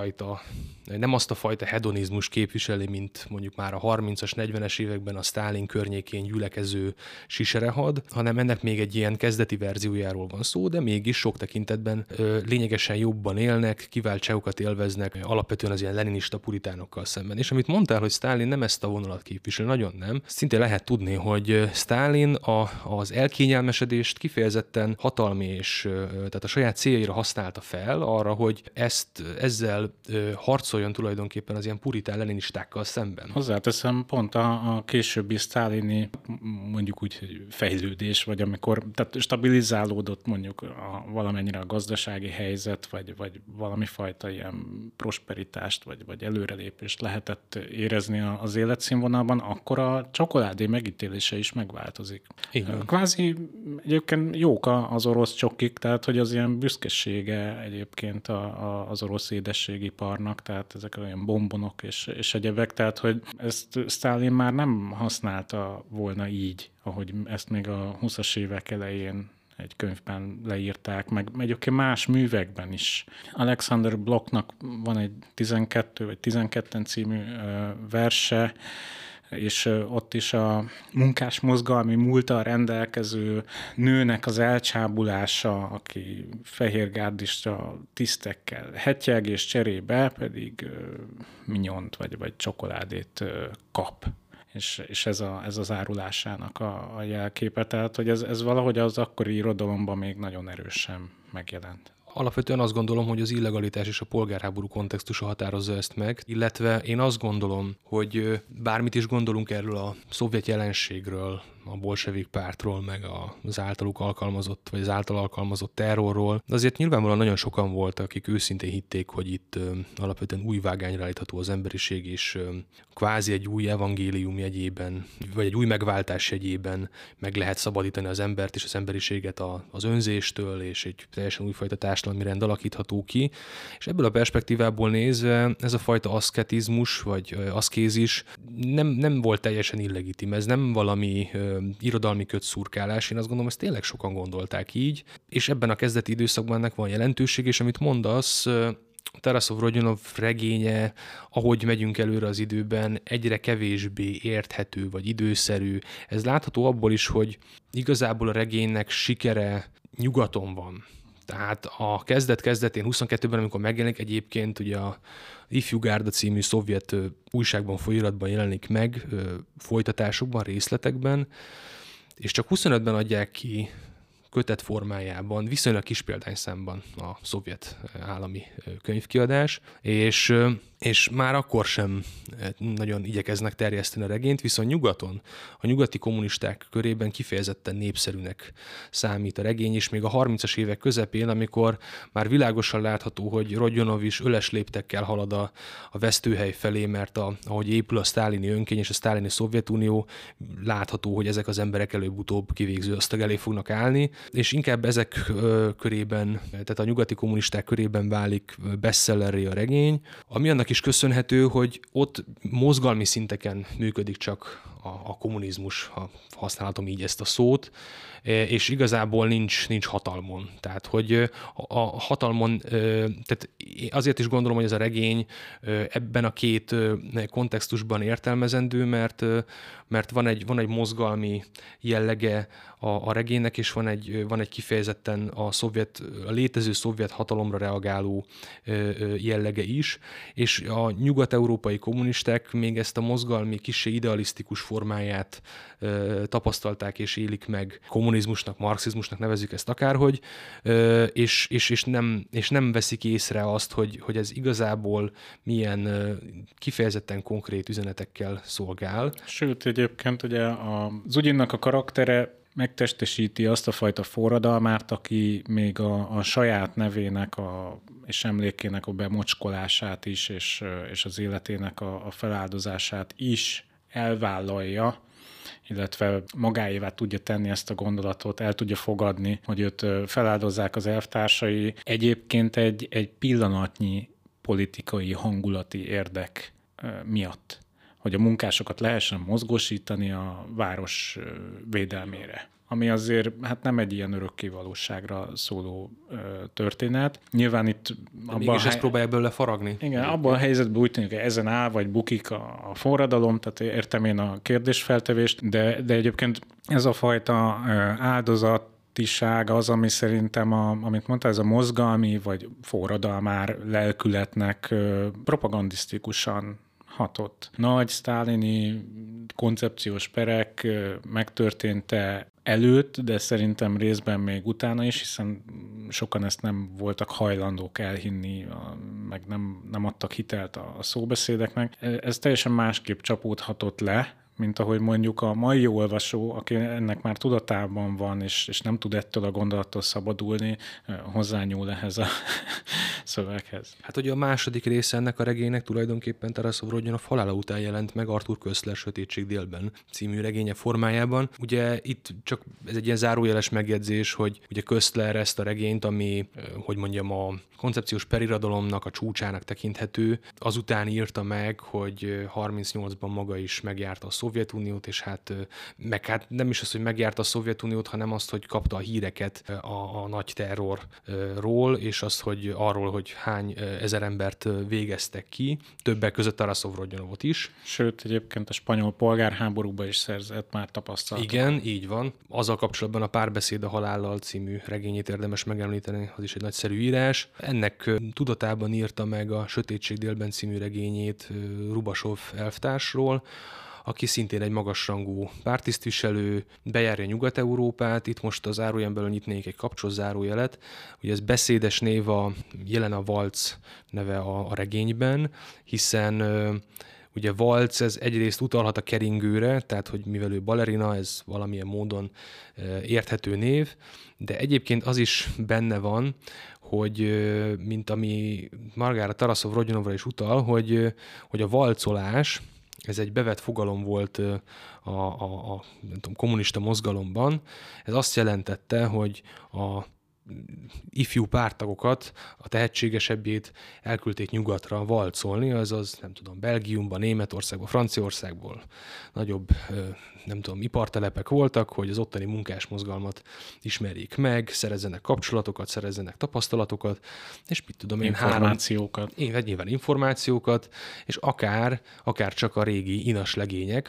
azt a fajta hedonizmus képviseli, mint mondjuk már a 30-as, 40-es években a Sztálin környékén gyülekező siserehad, hanem ennek még egy ilyen kezdeti verziójáról van szó, de mégis sok tekintetben lényegesen jobban élnek, kiváltságokat élveznek, alapvetően az ilyen leninista puritánokkal szemben. És amit mondtál, hogy Sztálin nem ezt a vonalat képvisel, nagyon nem. Szintén lehet tudni, hogy Sztálin az elkényelmesedést kifejezetten hatalmi és tehát a saját céljaira használta fel arra, hogy ezzel harcoljon tulajdonképpen az ilyen puritán leninistákkal szemben. Hozzáteszem, pont a későbbi sztálini mondjuk úgy fejlődés, vagy amikor tehát stabilizálódott mondjuk valamennyire a gazdasági helyzet, vagy valami fajta ilyen prosperitást, vagy előrelépést lehetett érezni az életszínvonalban, akkor a csokoládé megítélése is megváltozik. Igen. Kvázi egyébként jók az orosz csokik, tehát hogy az ilyen büszkesége egyébként az orosz édességiparnak, tehát ezek olyan bombonok és egyebek, tehát hogy ezt Sztálin már nem használta volna így, ahogy ezt még a 20-as évek elején egy könyvben leírták, meg egyébként más művekben is. Alexander Blochnak van egy 12 vagy 12 című verse, és ott is a munkásmozgalmi múlttal rendelkező nőnek az elcsábulása, aki fehérgárdista tisztekkel hetyeg, és cserébe pedig minyont vagy csokoládét kap. És ez az árulásának a jelképe, tehát hogy ez valahogy az akkori irodalomban még nagyon erősen megjelent. Alapvetően azt gondolom, hogy az illegalitás és a polgárháború kontextusa határozza ezt meg, illetve én azt gondolom, hogy bármit is gondolunk erről a szovjet jelenségről, a bolsevik pártról, meg az általuk alkalmazott, vagy az által alkalmazott terrorról, de azért nyilvánvalóan nagyon sokan voltak, akik őszintén hitték, hogy itt alapvetően új vágányra állítható az emberiség, és kvázi egy új evangélium jegyében, vagy egy új megváltás jegyében meg lehet szabadítani az embert és az emberiséget az önzéstől, és egy teljesen újfajta társadalmi rend alakítható ki. És ebből a perspektívából nézve ez a fajta aszketizmus, vagy aszkézis nem volt teljesen illegitim. Ez nem valami irodalmi kötszurkálás, én azt gondolom, ezt tényleg sokan gondolták így, és ebben a kezdeti időszakban ennek van jelentőség, és amit mondasz, Tarasov Rodionov regénye, ahogy megyünk előre az időben, egyre kevésbé érthető vagy időszerű. Ez látható abból is, hogy igazából a regénynek sikere nyugaton van. Tehát a kezdetén 22-ben, amikor megjelenik, egyébként ugye a Ifjú Gárda című szovjet újságban, folyiratban jelenik meg, folytatásokban, részletekben, és csak 25-ben adják ki kötet formájában, viszonylag kis példányszámban a szovjet állami könyvkiadás, és már akkor sem nagyon igyekeznek terjeszteni a regényt, viszont nyugaton, a nyugati kommunisták körében kifejezetten népszerűnek számít a regény, és még a 30-as évek közepén, amikor már világosan látható, hogy Rodionov is öles léptekkel halad a vesztőhely felé, mert ahogy épül a sztálini önkény és a sztálini Szovjetunió, látható, hogy ezek az emberek előbb-utóbb kivégző asztag elé fognak állni, és inkább ezek körében, tehát a nyugati kommunisták körében válik bestsellerré a regény, ami annak is köszönhető, hogy ott mozgalmi szinteken működik csak a kommunizmus, ha használhatom így ezt a szót, és igazából nincs hatalmon. Tehát, hogy a hatalmon, tehát azért is gondolom, hogy ez a regény ebben a két kontextusban értelmezendő, mert van egy mozgalmi jellege a regénynek, és van egy kifejezetten a létező szovjet hatalomra reagáló jellege is, és a nyugat-európai kommunisták még ezt a mozgalmi, kissé idealisztikus formáját tapasztalták és élik meg, kommunizmusnak, marxizmusnak nevezzük ezt akárhogy, és nem veszik észre azt, hogy ez igazából milyen kifejezetten konkrét üzenetekkel szolgál. Sőt, egyébként ugye az Ugyinnak a karaktere megtestesíti azt a fajta forradalmát, aki még a saját nevének és emlékének a bemocskolását is, és az életének a feláldozását is elvállalja, illetve magáévá tudja tenni ezt a gondolatot, el tudja fogadni, hogy őt feláldozzák az elvtársai. Egyébként egy pillanatnyi politikai hangulati érdek miatt, hogy a munkásokat lehessen mozgósítani a város védelmére. Ami azért nem egy ilyen örökkévalóságra szóló történet. Nyilván itt... Mégis ezt próbálják belőle faragni. Igen, abban a helyzetben úgy tűnik, hogy ezen áll vagy bukik a forradalom, tehát értem én a kérdésfeltevést, de egyébként ez a fajta áldozatiság az, ami szerintem, amit mondta, ez a mozgalmi vagy forradalmár lelkületnek propagandisztikusan hatott. Nagy sztálini koncepciós perek megtörténte előtt, de szerintem részben még utána is, hiszen sokan ezt nem voltak hajlandók elhinni, meg nem adtak hitelt a szóbeszédeknek. Ez teljesen másképp csapódhatott le, mint ahogy mondjuk a mai olvasó, aki ennek már tudatában van, és nem tud ettől a gondolattól szabadulni, hozzányúl ehhez a szöveghez. Hát ugye a második része ennek a regénynek tulajdonképpen Tarasov Rodionov halála után jelent meg Arthur Koestler Sötétség délben című regénye formájában. Ugye itt csak ez egy ilyen zárójeles megjegyzés, hogy ugye Koestler ezt a regényt, ami, hogy mondjam, a koncepciós perirodalomnak a csúcsának tekinthető, azután írta meg, hogy 38-ban maga is megjárta a Szovjetuniót, és hát nem is az, hogy megjárta a Szovjetuniót, hanem azt, hogy kapta a híreket a nagy terrorról, és azt, hogy arról, hogy hány ezer embert végeztek ki, többek között Tarasov Rodionovot is. Sőt, egyébként a spanyol polgárháborúban is szerzett már tapasztalatot. Igen, így van. Azzal kapcsolatban a Párbeszéd a halállal című regényét érdemes megemlíteni, az is egy nagyszerű írás. Ennek tudatában írta meg a Sötétség délben című regényét Rubasov elvtársról, aki szintén egy magasrangú párttisztviselő, bejárja Nyugat-Európát. Itt most az zárójelen belül nyitnék egy kapcsos zárójelet. Ugye ez beszédes név a Jelena Valc neve a regényben, hiszen ugye Valc, ez egyrészt utalhat a keringőre, tehát hogy mivel ő balerina, ez valamilyen módon érthető név, de egyébként az is benne van, hogy mint ami Margára Tarasov Rodionovra is utal, hogy a valcolás, ez egy bevett fogalom volt a nem tudom, kommunista mozgalomban. Ez azt jelentette, hogy a ifjú párttagokat, a tehetségesebbjét elküldték nyugatra valcolni, azaz nem tudom, Belgiumban, Németországban, Franciaországból nagyobb, nem tudom, ipartelepek voltak, hogy az ottani munkásmozgalmat ismerjék meg, szerezzenek kapcsolatokat, szerezzenek tapasztalatokat, és mit tudom én, információkat. Nyilván információkat, és akár csak a régi inas legények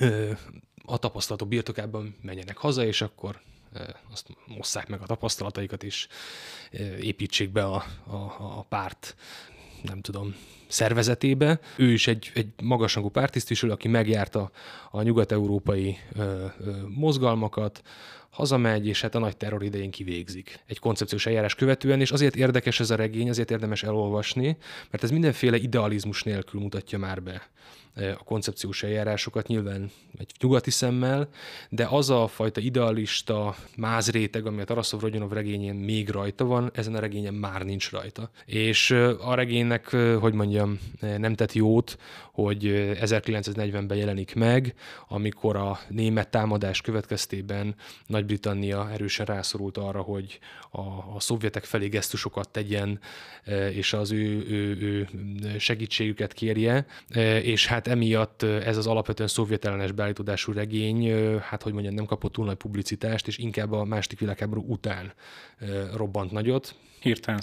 a tapasztalatok birtokában menjenek haza, és akkor azt mosszák meg a tapasztalataikat, és építsék be a párt, nem tudom, szervezetébe. Ő is egy magasrangú párttisztviselő, aki megjárta a nyugat-európai mozgalmakat, hazamegy, és hát a nagy terror idején kivégzik egy koncepciós eljárás követően, és azért érdekes ez a regény, azért érdemes elolvasni, mert ez mindenféle idealizmus nélkül mutatja már be a koncepciós eljárásokat, nyilván egy nyugati szemmel, de az a fajta idealista mázréteg, ami a Tarasov Rodionov regényén még rajta van, ezen a regényen már nincs rajta. És a regénynek, hogy mondjam, nem tett jót, hogy 1940-ben jelenik meg, amikor a német támadás következtében Nagy-Britannia erősen rászorult arra, hogy a szovjetek felé gesztusokat tegyen, és az ő segítségüket kérje, és hát emiatt ez az alapvetően szovjetellenes beállítódású regény, hát hogy mondjam, nem kapott túl nagy publicitást, és inkább a második világháború után robbant nagyot. Hirtelen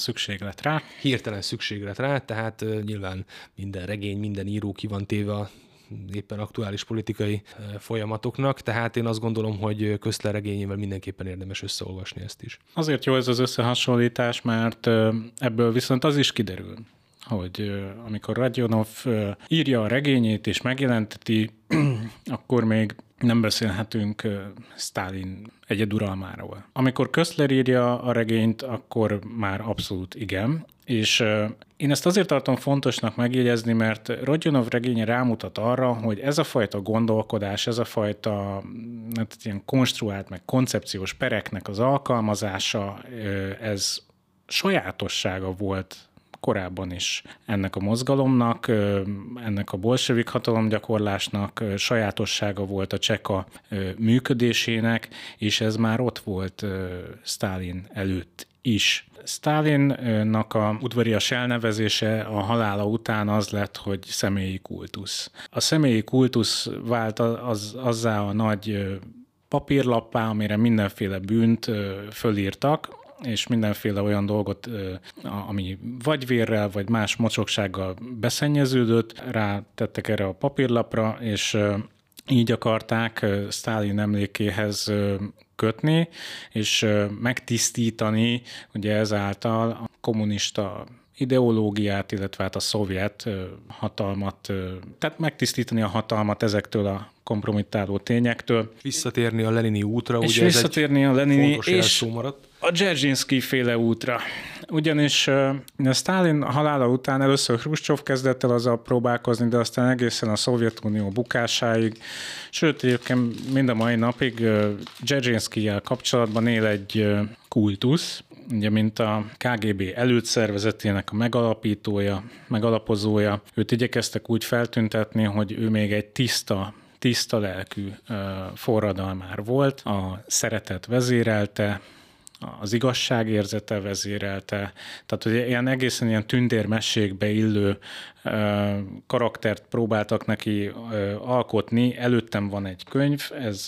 szükség lett rá, tehát nyilván minden regény, minden író ki van téve a éppen aktuális politikai folyamatoknak, tehát én azt gondolom, hogy Koestler regényével mindenképpen érdemes összeolvasni ezt is. Azért jó ez az összehasonlítás, mert ebből viszont az is kiderül, hogy amikor Rodionov írja a regényét és megjelenteti, akkor még nem beszélhetünk Sztálin egyeduralmáról. Amikor Koestler írja a regényt, akkor már abszolút igen. És én ezt azért tartom fontosnak megjegyezni, mert Rodionov regénye rámutat arra, hogy ez a fajta gondolkodás, ez a fajta ilyen konstruált, meg koncepciós pereknek az alkalmazása, ez sajátossága volt korábban is ennek a mozgalomnak, ennek a bolsevik hatalomgyakorlásnak sajátossága volt a cseka működésének, és ez már ott volt Sztálin előtt is. Sztálinnak a udvarias elnevezése a halála után az lett, hogy személyi kultusz. A személyi kultusz vált azzá a nagy papírlappá, amire mindenféle bűnt fölírtak, és mindenféle olyan dolgot, ami vagy vérrel, vagy más mocsoksággal beszennyeződött, rátettek erre a papírlapra, és így akarták Sztálin emlékéhez kötni, és megtisztítani ugye ezáltal a kommunista ideológiát, illetve hát a szovjet hatalmat, tehát megtisztítani a hatalmat ezektől a kompromittáló tényektől. Visszatérni a lenini útra, és ugye visszatérni a lenini és a Dzerzsinszkij féle útra. Ugyanis Sztálin halála után először Hruscsov kezdett el azzal próbálkozni, de aztán egészen a Szovjetunió bukásáig, sőt, egyébként mind a mai napig Dzerzsinszkijjel kapcsolatban él egy kultusz, ugye, mint a KGB elődszervezetének a megalapozója. Őt igyekeztek úgy feltüntetni, hogy ő még egy tiszta lelkű forradalmár volt, a szeretet vezérelte, az igazságérzete vezérelte, tehát hogy egészen ilyen tündérmességbe illő karaktert próbáltak neki alkotni. Előttem van egy könyv, ez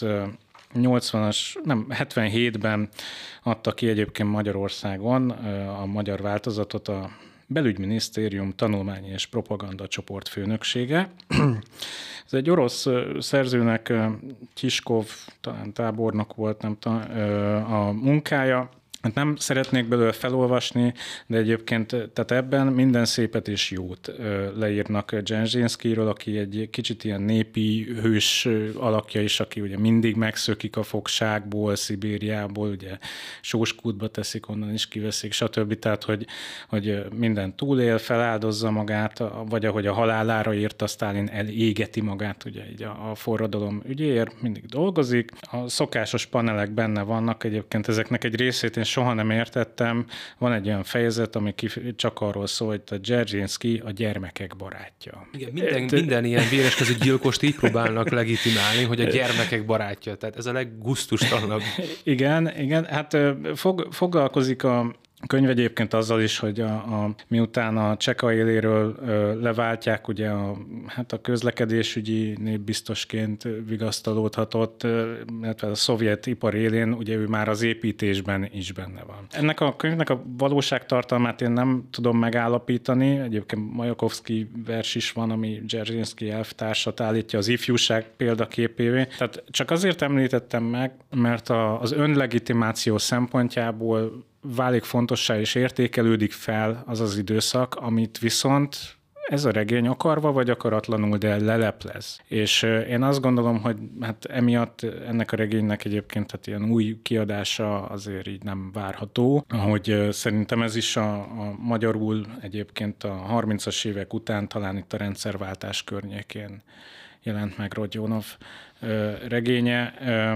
77-ben adta ki egyébként Magyarországon a magyar változatot a Belügyminisztérium tanulmányi és propaganda csoport főnöksége. Ez egy orosz szerzőnek, Tiskov, talán tábornok volt, nem tudom, a munkája. Hát nem szeretnék belőle felolvasni, de egyébként tehát ebben minden szépet és jót leírnak Dzerzsinszkijről, aki egy kicsit ilyen népi hős alakja is, aki ugye mindig megszökik a fogságból, Szibériából, ugye sóskútba teszik, onnan is kiveszik, stb. Tehát, hogy minden túlél, feláldozza magát, vagy ahogy a halálára írta, Sztálin elégeti magát, ugye így a forradalom ügyéért, mindig dolgozik. A szokásos panelek benne vannak, egyébként ezeknek egy részét én soha nem értettem. Van egy olyan fejezet, ami csak arról szól, hogy a Dzerzsinszkij a gyermekek barátja. Igen, minden ilyen véreskező gyilkost így próbálnak legitimálni, hogy a gyermekek barátja. Tehát ez a leggusztustalanabb. Igen, hát foglalkozik a könyv egyébként azzal is, hogy miután a Cseka éléről leváltják, ugye a közlekedésügyi népbiztosként vigasztalódhatott, illetve a szovjet ipar élén, ugye ő már az építésben is benne van. Ennek a könyvnek a valóságtartalmát én nem tudom megállapítani, egyébként Majakovszkij vers is van, ami Dzerzsinszkij elvtársat állítja az ifjúság példaképévé. Tehát csak azért említettem meg, mert az önlegitimáció szempontjából válik fontossá és értékelődik fel az az időszak, amit viszont ez a regény akarva vagy akaratlanul, de leleplez. És én azt gondolom, hogy hát emiatt ennek a regénynek egyébként hát ilyen új kiadása azért így nem várható, ahogy szerintem ez is a magyarul egyébként a 30-as évek után talán itt a rendszerváltás környékén jelent meg Rodionov regénye.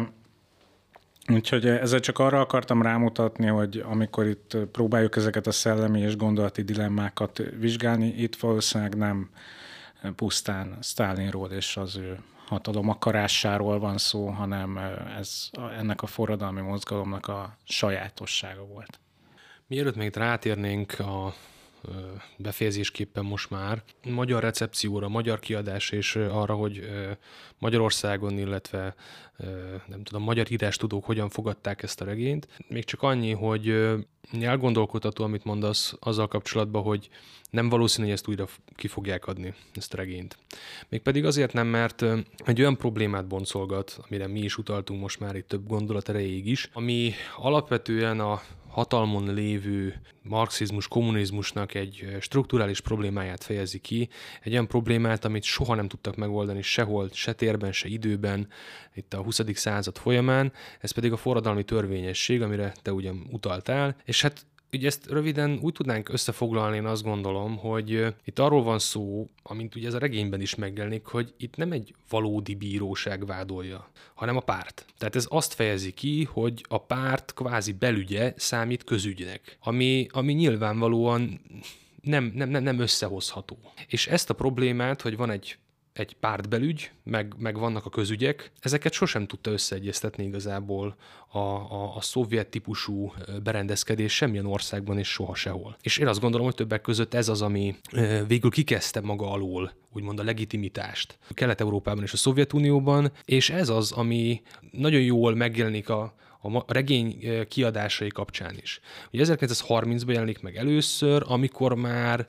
Úgyhogy ezzel csak arra akartam rámutatni, hogy amikor itt próbáljuk ezeket a szellemi és gondolati dilemmákat vizsgálni, itt valószínűleg nem pusztán Sztálinról és az ő hatalom akarásáról van szó, hanem ez ennek a forradalmi mozgalomnak a sajátossága volt. Mielőtt még rátérnénk a befejezésképpen most már magyar recepcióra, magyar kiadás és arra, hogy Magyarországon, illetve nem tudom, magyar írástudók hogyan fogadták ezt a regényt. Még csak annyi, hogy elgondolkodható, amit mondasz azzal kapcsolatban, hogy nem valószínű, hogy ezt újra ki fogják adni, ezt a regényt. Mégpedig azért nem, mert egy olyan problémát boncolgat, amire mi is utaltunk most már itt több gondolat erejéig is, ami alapvetően a hatalmon lévő marxizmus, kommunizmusnak egy strukturális problémáját fejezi ki, egy olyan problémát, amit soha nem tudtak megoldani sehol, se térben, se időben, itt a 20. század folyamán, ez pedig a forradalmi törvényesség, amire te ugyan utaltál, és hát ugye ezt röviden úgy tudnánk összefoglalni, én azt gondolom, hogy itt arról van szó, amint ugye ez a regényben is megjelenik, hogy itt nem egy valódi bíróság vádolja, hanem a párt. Tehát ez azt fejezi ki, hogy a párt kvázi belügye számít közügynek, ami nyilvánvalóan nem összehozható. És ezt a problémát, hogy van egy pártbelügy, meg vannak a közügyek, ezeket sosem tudta összeegyeztetni igazából a szovjet típusú berendezkedés semmilyen országban és soha sehol. És én azt gondolom, hogy többek között ez az, ami végül kikezdte maga alól, úgymond a legitimitást Kelet-Európában és a Szovjetunióban, és ez az, ami nagyon jól megjelenik a a regény kiadásai kapcsán is. Ugye 1930-ban jelenik meg először, amikor már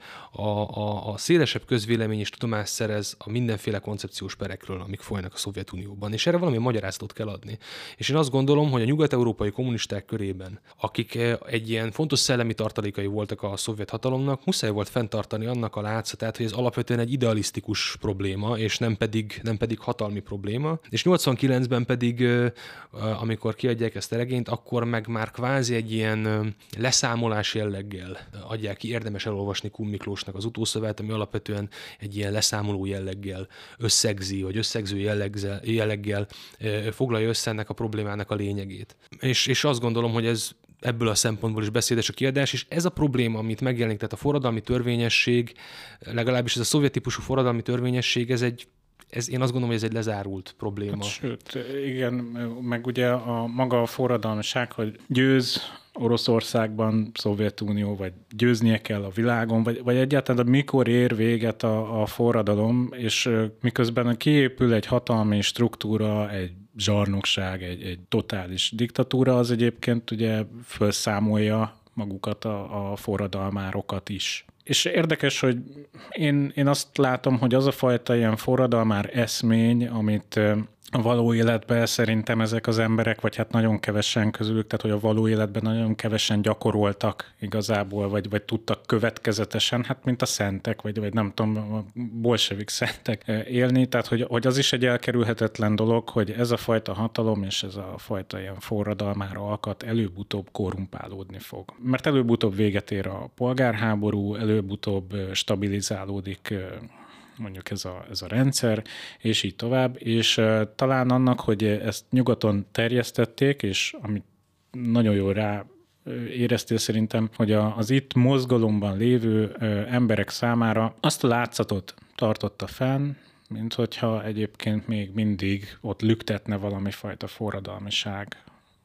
a szélesebb közvélemény is tudomást szerez a mindenféle koncepciós perekről, amik folynak a Szovjetunióban, és erre valami magyarázatot kell adni. És én azt gondolom, hogy a nyugat-európai kommunisták körében, akik egy ilyen fontos szellemi tartalékai voltak a szovjet hatalomnak, muszáj volt fenntartani annak a látszatát, hogy ez alapvetően egy idealisztikus probléma, és nem pedig hatalmi probléma. És 89-ben pedig, amikor kiadják ezt a regényt, akkor meg már kvázi egy ilyen leszámolás jelleggel adják ki. Érdemes elolvasni Kun Miklósnak az utószavát, ami alapvetően egy ilyen leszámoló jelleggel összegzi, vagy összegző jelleggel foglalja össze ennek a problémának a lényegét. És azt gondolom, hogy ez ebből a szempontból is beszédes a kiadás, és ez a probléma, amit megjelenik, tehát a forradalmi törvényesség, legalábbis ez a szovjet típusú forradalmi törvényesség, én azt gondolom, hogy ez egy lezárult probléma. Hát, sőt, igen, meg ugye a maga a forradalmiság, hogy győz Oroszországban, Szovjetunió, vagy győznie kell a világon, vagy egyáltalán mikor ér véget a forradalom, és miközben kiépül egy hatalmi struktúra, egy zsarnokság, egy totális diktatúra, az egyébként ugye felszámolja magukat a forradalmárokat is. És érdekes, hogy én azt látom, hogy az a fajta ilyen forradalmár eszmény, amit a való életben szerintem ezek az emberek, vagy hát nagyon kevesen közülük, tehát hogy a való életben nagyon kevesen gyakoroltak igazából, vagy tudtak következetesen, hát mint a szentek, vagy nem tudom, a bolsevik szentek élni, tehát hogy az is egy elkerülhetetlen dolog, hogy ez a fajta hatalom és ez a fajta ilyen forradalmár alkat előbb-utóbb korrumpálódni fog. Mert előbb-utóbb véget ér a polgárháború, előbb-utóbb stabilizálódik mondjuk ez a rendszer, és így tovább, és talán annak, hogy ezt nyugaton terjesztették, és amit nagyon jól rá éreztél szerintem, hogy az itt mozgalomban lévő emberek számára azt a látszatot tartotta fenn, mint hogyha egyébként még mindig ott lüktetne valami fajta forradalmiság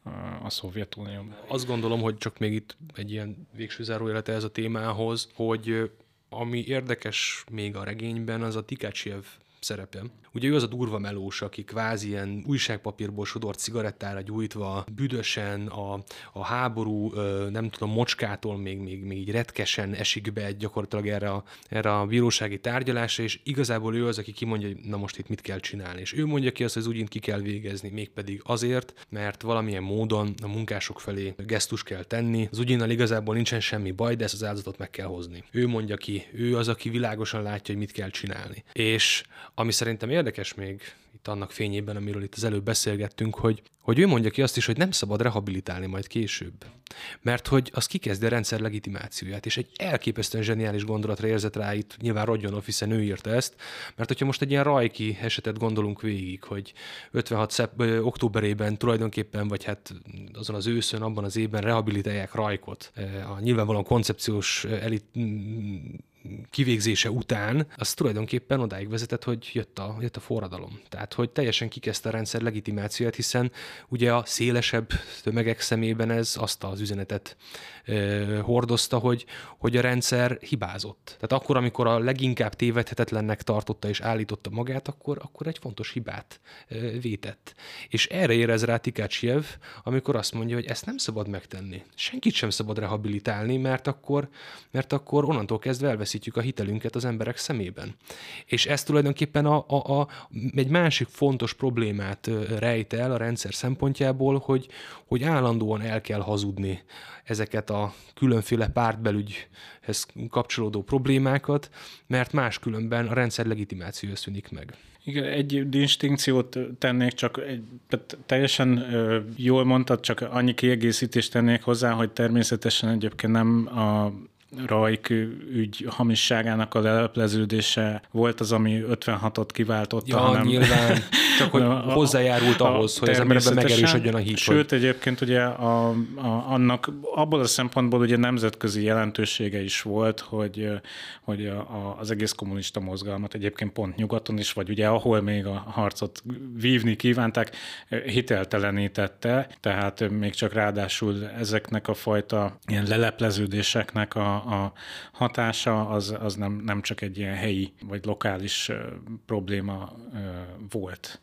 a Szovjetunióban. Azt gondolom, hogy csak még itt egy ilyen végső zárójelete ez a témához, hogy ami érdekes még a regényben, az a Tikácsijev szerepe. Ugye ő az a durva melós, aki kvázi ilyen újságpapírból sodort cigarettára gyújtva, büdösen, a háború, nem tudom, mocskától még így retkesen esik be gyakorlatilag erre a bírósági tárgyalásra, és igazából ő az, aki kimondja, hogy na most itt mit kell csinálni. És ő mondja ki azt, hogy az ügyint ki kell végezni, mégpedig azért, mert valamilyen módon a munkások felé gesztus kell tenni. Az ügyinnal igazából nincsen semmi baj, de ezt az áldozatot meg kell hozni. Ő mondja ki, ő az, aki világosan látja, hogy mit kell csinálni. És ami szerintem érdekes még itt annak fényében, amiről itt az előbb beszélgettünk, hogy ő mondja ki azt is, hogy nem szabad rehabilitálni majd később. Mert hogy az kikezdi a rendszer legitimációját, és egy elképesztően zseniális gondolatra érzett rá itt, nyilván Rodionov, hiszen ő írta ezt, mert hogyha most egy ilyen Rajki esetet gondolunk végig, hogy 56 októberében tulajdonképpen, vagy hát azon az őszön, abban az évben rehabilitálják Rajkot, a nyilvánvalóan koncepciós kivégzése után, az tulajdonképpen odáig vezetett, hogy jött a forradalom. Tehát, hogy teljesen kikezdte a rendszer legitimációját, hiszen ugye a szélesebb tömegek szemében ez azt az üzenetet hordozta, hogy a rendszer hibázott. Tehát akkor, amikor a leginkább tévedhetetlennek tartotta és állította magát, akkor egy fontos hibát vétett. És erre érez rá Tikácsijev, amikor azt mondja, hogy ezt nem szabad megtenni. Senkit sem szabad rehabilitálni, mert akkor onnantól kezdve elveszítjük a hitelünket az emberek szemében. És ez tulajdonképpen egy másik fontos problémát rejt el a rendszer szempontjából, hogy állandóan el kell hazudni ezeket a különféle pártbelügyhez kapcsolódó problémákat, mert máskülönben a rendszer legitimációja szűnik meg. Igen, egy distinkciót tennék, csak teljesen jól mondtad, csak annyi kiegészítést tennék hozzá, hogy természetesen egyébként nem a Rajk ügy hamisságának a lelepleződése volt az, ami 56-ot kiváltotta. Ja, hanem nyilván, csak hogy hozzájárult ahhoz, hogy az emberben megerősödjön a hit. Sőt, egyébként ugye annak abból a szempontból ugye nemzetközi jelentősége is volt, hogy az egész kommunista mozgalmat egyébként pont nyugaton is, vagy ugye ahol még a harcot vívni kívánták, hiteltelenítette, tehát még csak ráadásul ezeknek a fajta ilyen lelepleződéseknek a hatása az nem csak egy ilyen helyi vagy lokális probléma volt.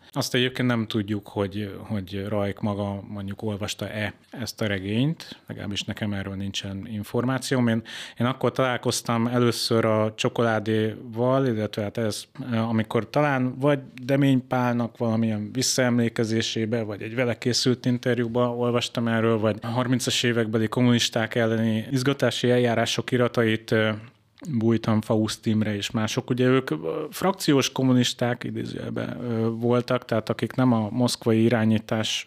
Azt egyébként nem tudjuk, hogy Rajk maga mondjuk olvasta-e ezt a regényt, legalábbis nekem erről nincsen információm. Én akkor találkoztam először a Csokoládéval, illetve hát ez, amikor talán vagy Demény Pálnak valamilyen visszaemlékezésébe, vagy egy vele készült interjúba olvastam erről, vagy a 30-as évekbeli kommunisták elleni izgatási eljárások iratait Bújtan, Faust Imre és mások. Ugye ők frakciós kommunisták idézőjelben voltak, tehát akik nem a moszkvai irányítás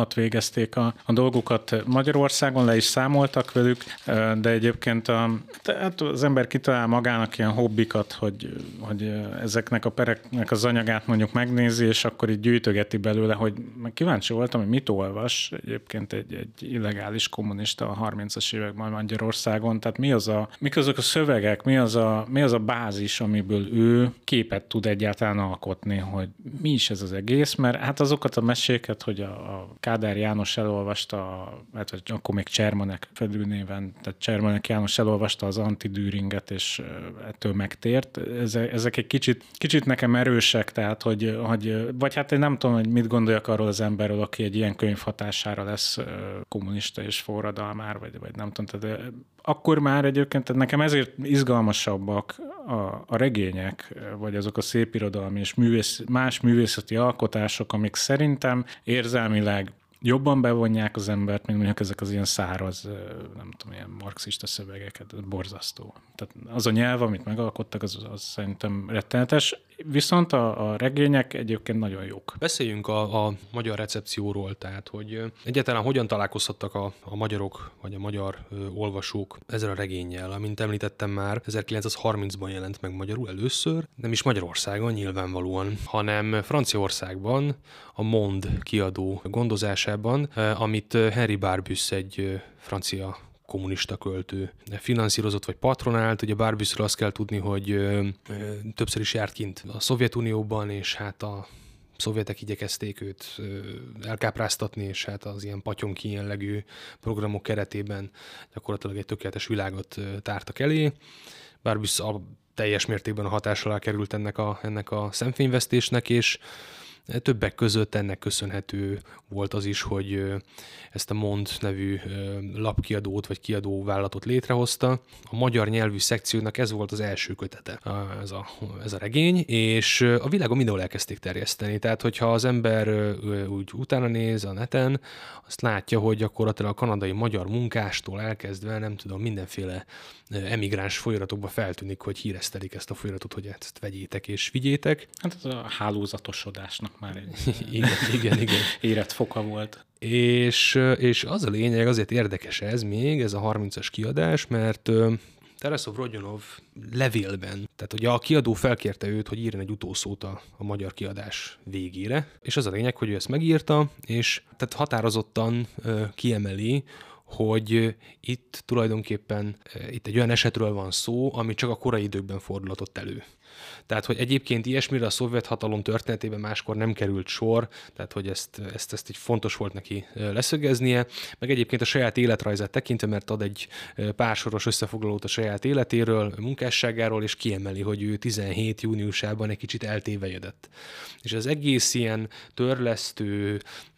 alatt végezték a dolgokat Magyarországon, le is számoltak velük, de egyébként tehát az ember kitalál magának ilyen hobbikat, hogy ezeknek a pereknek az anyagát mondjuk megnézi, és akkor így gyűjtögeti belőle, hogy kíváncsi voltam, hogy mit olvas egyébként egy illegális kommunista a 30-as években Magyarországon, tehát mik azok a szövegek, mi az a bázis, amiből ő képet tud egyáltalán alkotni, hogy mi is ez az egész, mert hát azokat a meséket, hogy a Kádár János elolvasta, hát akkor még Csermanek felülnéven, tehát Csermanek János elolvasta az Antidüringet, és ettől megtért. Ezek egy kicsit nekem erősek, tehát hogy vagy hát én nem tudom, hogy mit gondoljak arról az emberről, aki egy ilyen könyv hatására lesz kommunista és forradalmár, vagy nem tudom, tehát akkor már egyébként nekem ezért izgalmasabbak a regények, vagy azok a szépirodalmi és más művészeti alkotások, amik szerintem érzelmileg jobban bevonják az embert, mint mondjuk ezek az ilyen száraz, nem tudom, ilyen marxista szövegeket, borzasztó. Tehát az a nyelv, amit megalkottak, az szerintem rettenetes, viszont a regények egyébként nagyon jók. Beszéljünk a magyar recepcióról, tehát hogy egyáltalán hogyan találkozhattak a magyarok, vagy a magyar olvasók ezzel a regénnyel, amint említettem már, 1930-ban jelent meg magyarul először, nem is Magyarországon nyilvánvalóan, hanem Franciaországban, a Monde kiadó gondozásában, amit Henri Barbusse, egy francia kommunista költő finanszírozott vagy patronált. Ugye Barbusse-ről azt kell tudni, hogy többször is járt kint a Szovjetunióban, és hát a szovjetek igyekezték őt elkápráztatni, és hát az ilyen patyonki jellegű programok keretében gyakorlatilag egy tökéletes világot tártak elé. Barbusse teljes mértékben a hatás alá került ennek a szemfényvesztésnek, és többek között ennek köszönhető volt az is, hogy ezt a Monde nevű lapkiadót vagy kiadóvállalatot létrehozta. A magyar nyelvű szekciónak ez volt az első kötete, ez a regény, és a világon mindenhol elkezdték terjeszteni. Tehát, hogyha az ember úgy utána néz a neten, azt látja, hogy gyakorlatilag a kanadai magyar munkástól elkezdve, nem tudom, mindenféle emigráns folyamatokba feltűnik, hogy híresztelik ezt a folyamatot, hogy ezt vegyétek és vigyétek. Hát ez a hálózatosodásnak már egy igen. érett foka volt. És az a lényeg, azért érdekes ez a 30-as kiadás, mert Tarasov Rodionov levélben, tehát ugye a kiadó felkérte őt, hogy írjon egy utószót a magyar kiadás végére, és az a lényeg, hogy ő ezt megírta, és tehát határozottan kiemeli, hogy itt tulajdonképpen itt egy olyan esetről van szó, ami csak a korai időkben fordulhatott elő. Tehát, hogy egyébként ilyesmire a szovjet hatalom történetében máskor nem került sor, tehát, hogy ezt így fontos volt neki leszögeznie, meg egyébként a saját életrajzát tekintve, mert ad egy pár soros összefoglalót a saját életéről, munkásságáról, és kiemeli, hogy ő 17 júniusában egy kicsit eltévejedett. És az egész ilyen törlesztő,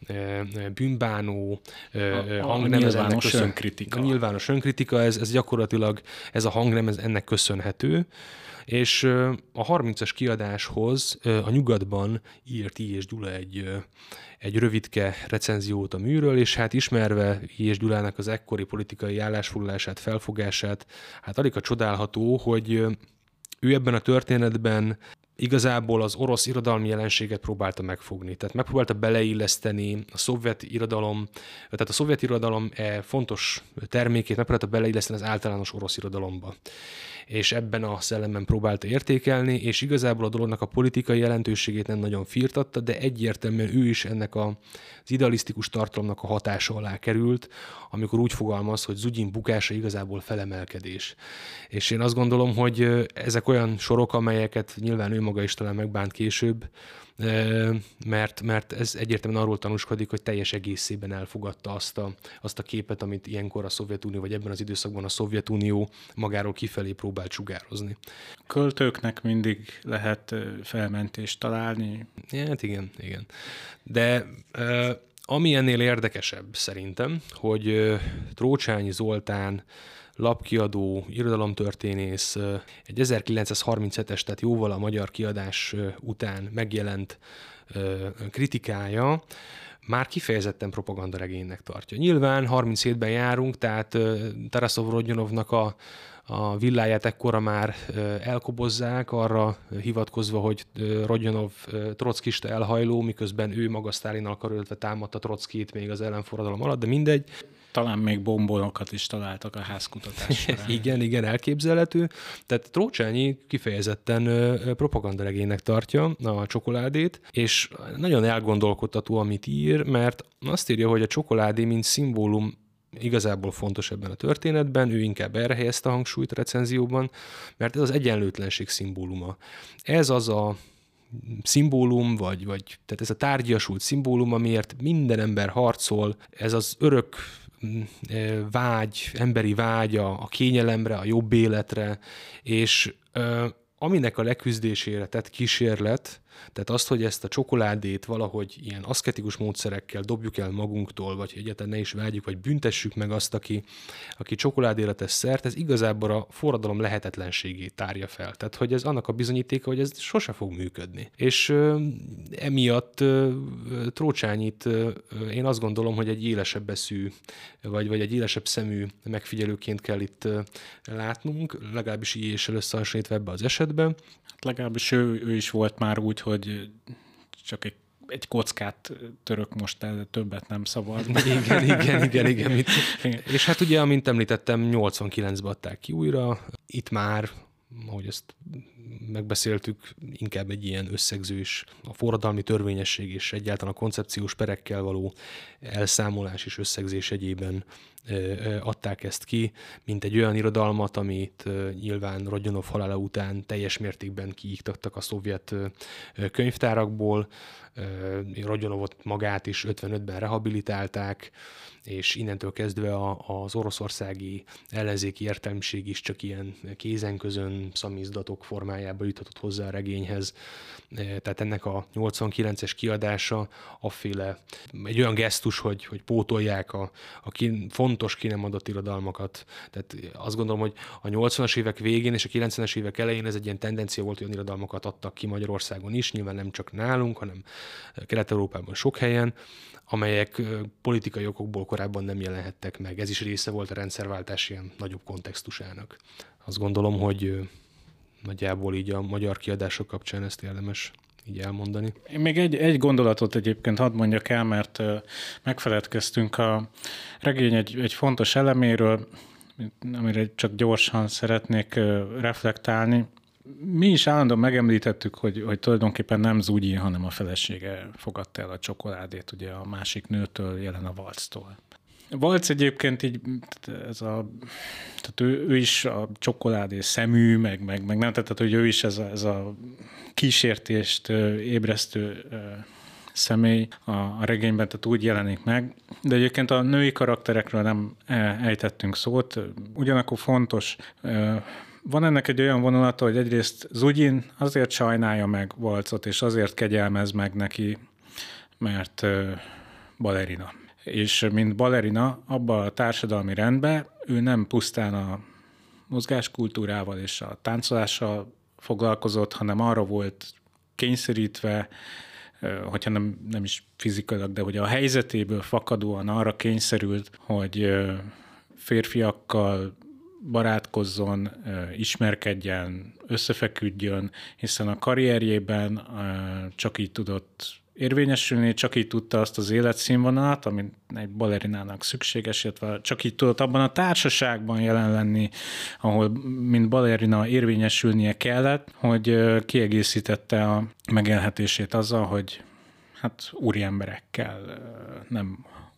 bűnbánó hangnem, a nyilvános önkritika, ez gyakorlatilag ez a hangnem, ez ennek köszönhető. És a 30-as kiadáshoz a Nyugatban írt I. és Gyula egy rövidke recenziót a műről, és hát ismerve I. és Gyulának az ekkori politikai állásfoglalását, felfogását, hát alig a csodálható, hogy ő ebben a történetben igazából az orosz irodalmi jelenséget próbálta megfogni. Tehát megpróbálta beleilleszteni a szovjet irodalom, tehát a szovjet irodalom fontos termékét megpróbálta beleilleszteni az általános orosz irodalomba. És ebben a szellemben próbálta értékelni, és igazából a dolognak a politikai jelentőségét nem nagyon firtatta, de egyértelműen ő is ennek az idealisztikus tartalomnak a hatása alá került, amikor úgy fogalmaz, hogy Zugyin bukása igazából felemelkedés. És én azt gondolom, hogy ezek olyan sorok, amelyeket nyilván ő maga is talán megbánt később, mert ez egyértelműen arról tanúskodik, hogy teljes egészében elfogadta azt a képet, amit ilyenkor a Szovjetunió, vagy ebben az időszakban a Szovjetunió magáról kifelé próbált sugározni. Költőknek mindig lehet felmentést találni. Hát igen. De ami ennél érdekesebb szerintem, hogy Trócsányi Zoltán lapkiadó, irodalomtörténész egy 1937-es, tehát jóval a magyar kiadás után megjelent kritikája már kifejezetten propagandaregénynek tartja. Nyilván 37-ben járunk, tehát Tarasov Rodnyanovnak a villáját ekkora már elkobozzák, arra hivatkozva, hogy Rodnyanov trockista elhajló, miközben ő maga Sztálinnal karöltve támadta Trockit még az ellenforradalom alatt, de mindegy. Talán még bombonokat is találtak a házkutatás során. Igen, elképzelhető. Tehát Trócsányi kifejezetten propagandaregénynek tartja a csokoládét, és nagyon elgondolkodtató, amit ír, mert azt írja, hogy a csokoládé, mint szimbólum igazából fontos ebben a történetben, ő inkább erre helyezte a hangsúlyt a recenzióban, mert ez az egyenlőtlenség szimbóluma. Ez az a szimbólum, vagy tehát ez a tárgyasult szimbólum, amiért minden ember harcol, ez az örök vágy, emberi vágy a kényelemre, a jobb életre, és aminek a leküzdésére tett kísérlet, tehát azt, hogy ezt a csokoládét valahogy ilyen aszketikus módszerekkel dobjuk el magunktól, vagy egyáltalán ne is vágyjuk, vagy büntessük meg azt, aki csokoládéra tesz szert, ez igazából a forradalom lehetetlenségét tárja fel. Tehát, hogy ez annak a bizonyítéka, hogy ez sose fog működni. És emiatt Trócsányit én azt gondolom, hogy egy élesebb eszű, vagy egy élesebb szemű megfigyelőként kell itt látnunk, legalábbis így összehasonlítva ebbe az esetben. Legalábbis ő is volt már úgy, hogy csak egy kockát török most, de többet nem szabad. Igen. És hát ugye, amint említettem, 89-ben adták ki újra. Itt már, ahogy ezt megbeszéltük, inkább egy ilyen összegzős, a forradalmi törvényesség és egyáltalán a koncepciós perekkel való elszámolás és összegzés egyében adták ezt ki, mint egy olyan irodalmat, amit nyilván Rodnyanov halála után teljes mértékben kiiktattak a szovjet könyvtárakból. Rodnyanovot magát is 55-ben rehabilitálták, és innentől kezdve az oroszországi ellenzéki értelmiség is csak ilyen kézenközön szamizdatok formájába juthatott hozzá a regényhez. Tehát ennek a 89-es kiadása afféle egy olyan gesztus, hogy pótolják a fontos ki nem adott irodalmakat. Tehát azt gondolom, hogy a 80-as évek végén és a 90-es évek elején ez egy ilyen tendencia volt, hogy olyan irodalmakat adtak ki Magyarországon is, nyilván nem csak nálunk, hanem Kelet-Európában sok helyen, amelyek politikai okokból korábban nem jelenhettek meg. Ez is része volt a rendszerváltás ilyen nagyobb kontextusának. Azt gondolom, hogy nagyjából így a magyar kiadások kapcsán ezt érdemes így elmondani. Én még egy gondolatot egyébként hadd mondjak el, mert megfeledkeztünk a regény egy fontos eleméről, amire csak gyorsan szeretnék reflektálni. Mi is állandóan megemlítettük, hogy tulajdonképpen nem Zugyi, hanem a felesége fogadta el a csokoládét, ugye a másik nőtől, Jelena Walcztól. Walcz egyébként így, tehát ő is a csokoládé szemű, meg nem, tehát hogy ő is ez a kísértést ébresztő személy a regényben, tehát úgy jelenik meg. De egyébként a női karakterekről nem ejtettünk szót. Ugyanakkor fontos, van ennek egy olyan vonulata, hogy egyrészt Zugyin azért sajnálja meg Walczot, és azért kegyelmez meg neki, mert balerina. És mint balerina, abban a társadalmi rendben ő nem pusztán a mozgáskultúrával és a táncolással foglalkozott, hanem arra volt kényszerítve, hogyha nem is fizikailag, de hogy a helyzetéből fakadóan arra kényszerült, hogy férfiakkal barátkozzon, ismerkedjen, összefeküdjön, hiszen a karrierjében csak így tudott érvényesülni, csak így tudta azt az életszínvonalat, amit egy balerinának szükséges, illetve csak így tudott abban a társaságban jelen lenni, ahol mint balerina érvényesülnie kellett, hogy kiegészítette a megélhetését azzal, hogy hát úriemberekkel, nem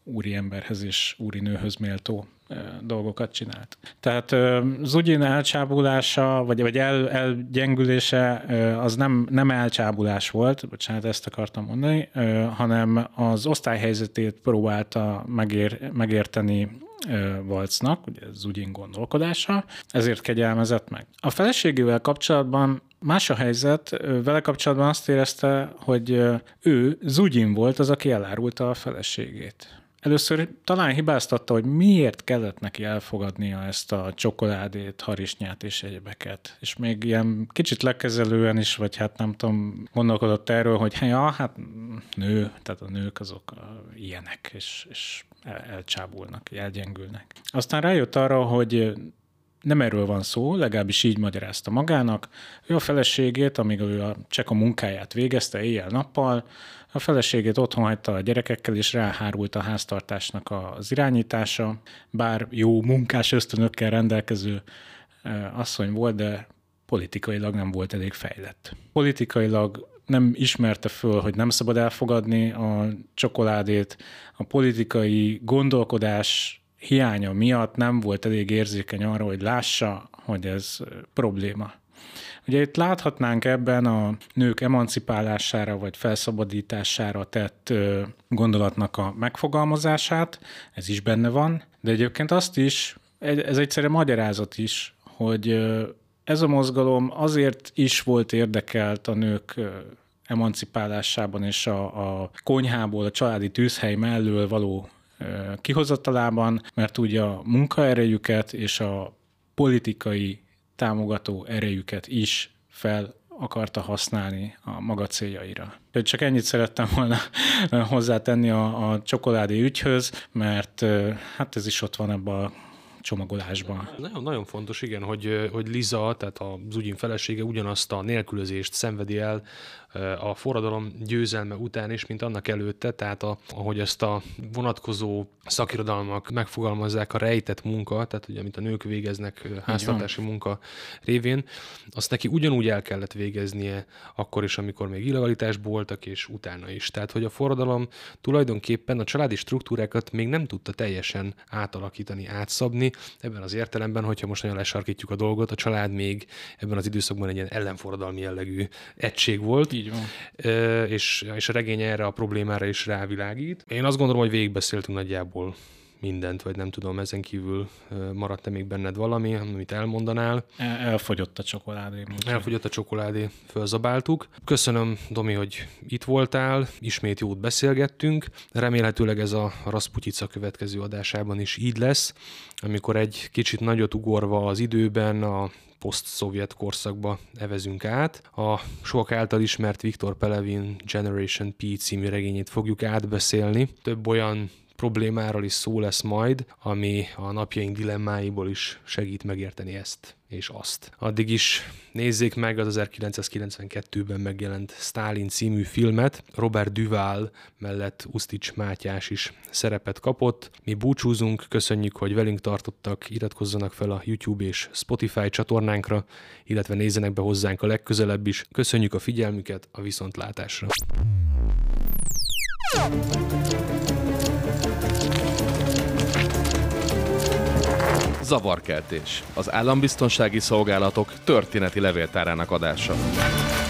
úri emberhez és úri nőhöz méltó dolgokat csinált. Tehát Zugyin elcsábulása, vagy elgyengülése az nem elcsábulás volt, bocsánat, ezt akartam mondani, hanem az osztályhelyzetét próbálta megérteni Waltznak, ugye Zugyin gondolkodása, ezért kegyelmezett meg. A feleségével kapcsolatban más a helyzet, vele kapcsolatban azt érezte, hogy ő, Zugyin volt az, aki elárulta a feleségét. Először talán hibáztatta, hogy miért kellett neki elfogadnia ezt a csokoládét, harisnyát és egyebeket. És még ilyen kicsit lekezelően is, vagy hát nem tudom, gondolkodott erről, hogy hát nő, tehát a nők azok ilyenek, és elcsábulnak, elgyengülnek. Aztán rájött arra, hogy nem erről van szó, legalábbis így magyarázta magának. Ő a feleségét, amíg ő csak a munkáját végezte éjjel-nappal, a feleségét otthon hagyta a gyerekekkel, és ráhárult a háztartásnak az irányítása, bár jó munkás ösztönökkel rendelkező asszony volt, de politikailag nem volt elég fejlett. Politikailag nem ismerte föl, hogy nem szabad elfogadni a csokoládét, a politikai gondolkodás hiánya miatt nem volt elég érzékeny arra, hogy lássa, hogy ez probléma. Ugye itt láthatnánk ebben a nők emancipálására vagy felszabadítására tett gondolatnak a megfogalmazását, ez is benne van, de egyébként azt is, ez egyszerűen magyarázat is, hogy ez a mozgalom azért is volt érdekelt a nők emancipálásában és a konyhából, a családi tűzhely mellől való kihozatalában, mert ugye a munkaerejüket és a politikai támogató erejüket is fel akarta használni a maga céljaira. Csak ennyit szerettem volna hozzátenni a csokoládé ügyhöz, mert hát ez is ott van ebben a csomagolásban. Nagyon fontos, igen, hogy Liza, tehát a Zugyin felesége ugyanazt a nélkülözést szenvedi el a forradalom győzelme után is, mint annak előtte, tehát ahogy ezt a vonatkozó szakirodalmak megfogalmazzák, a rejtett munka, tehát ugye, amit a nők végeznek háztartási munka révén, azt neki ugyanúgy el kellett végeznie akkor is, amikor még illegalitásban voltak, és utána is. Tehát, hogy a forradalom tulajdonképpen a családi struktúrákat még nem tudta teljesen átalakítani, átszabni. Ebben az értelemben, hogyha most nagyon lesarkítjuk a dolgot, a család még ebben az időszakban egy ilyen ellenforradalmi jellegű egység volt. Így van. És a regény erre a problémára is rávilágít. Én azt gondolom, hogy végigbeszéltünk nagyjából mindent, vagy nem tudom, ezen kívül maradt-e még benned valami, amit elmondanál? Elfogyott a csokoládé. Elfogyott a csokoládé, fölzabáltuk. Köszönöm, Domi, hogy itt voltál, ismét jót beszélgettünk. Remélhetőleg ez a Rasputica következő adásában is így lesz, amikor egy kicsit nagyot ugorva az időben, a poszt-szovjet korszakba evezünk át. A sok által ismert Viktor Pelevin Generation P című regényét fogjuk átbeszélni. Több olyan problémáról is szó lesz majd, ami a napjaink dilemmáiból is segít megérteni ezt és azt. Addig is nézzék meg az 1992-ben megjelent Sztálin című filmet. Robert Duvall mellett Usztics Mátyás is szerepet kapott. Mi búcsúzunk, köszönjük, hogy velünk tartottak, iratkozzanak fel a YouTube és Spotify csatornánkra, illetve nézzenek be hozzánk a legközelebb is. Köszönjük a figyelmüket, a viszontlátásra! Zavarkeltés, az állambiztonsági szolgálatok történeti levéltárának adása.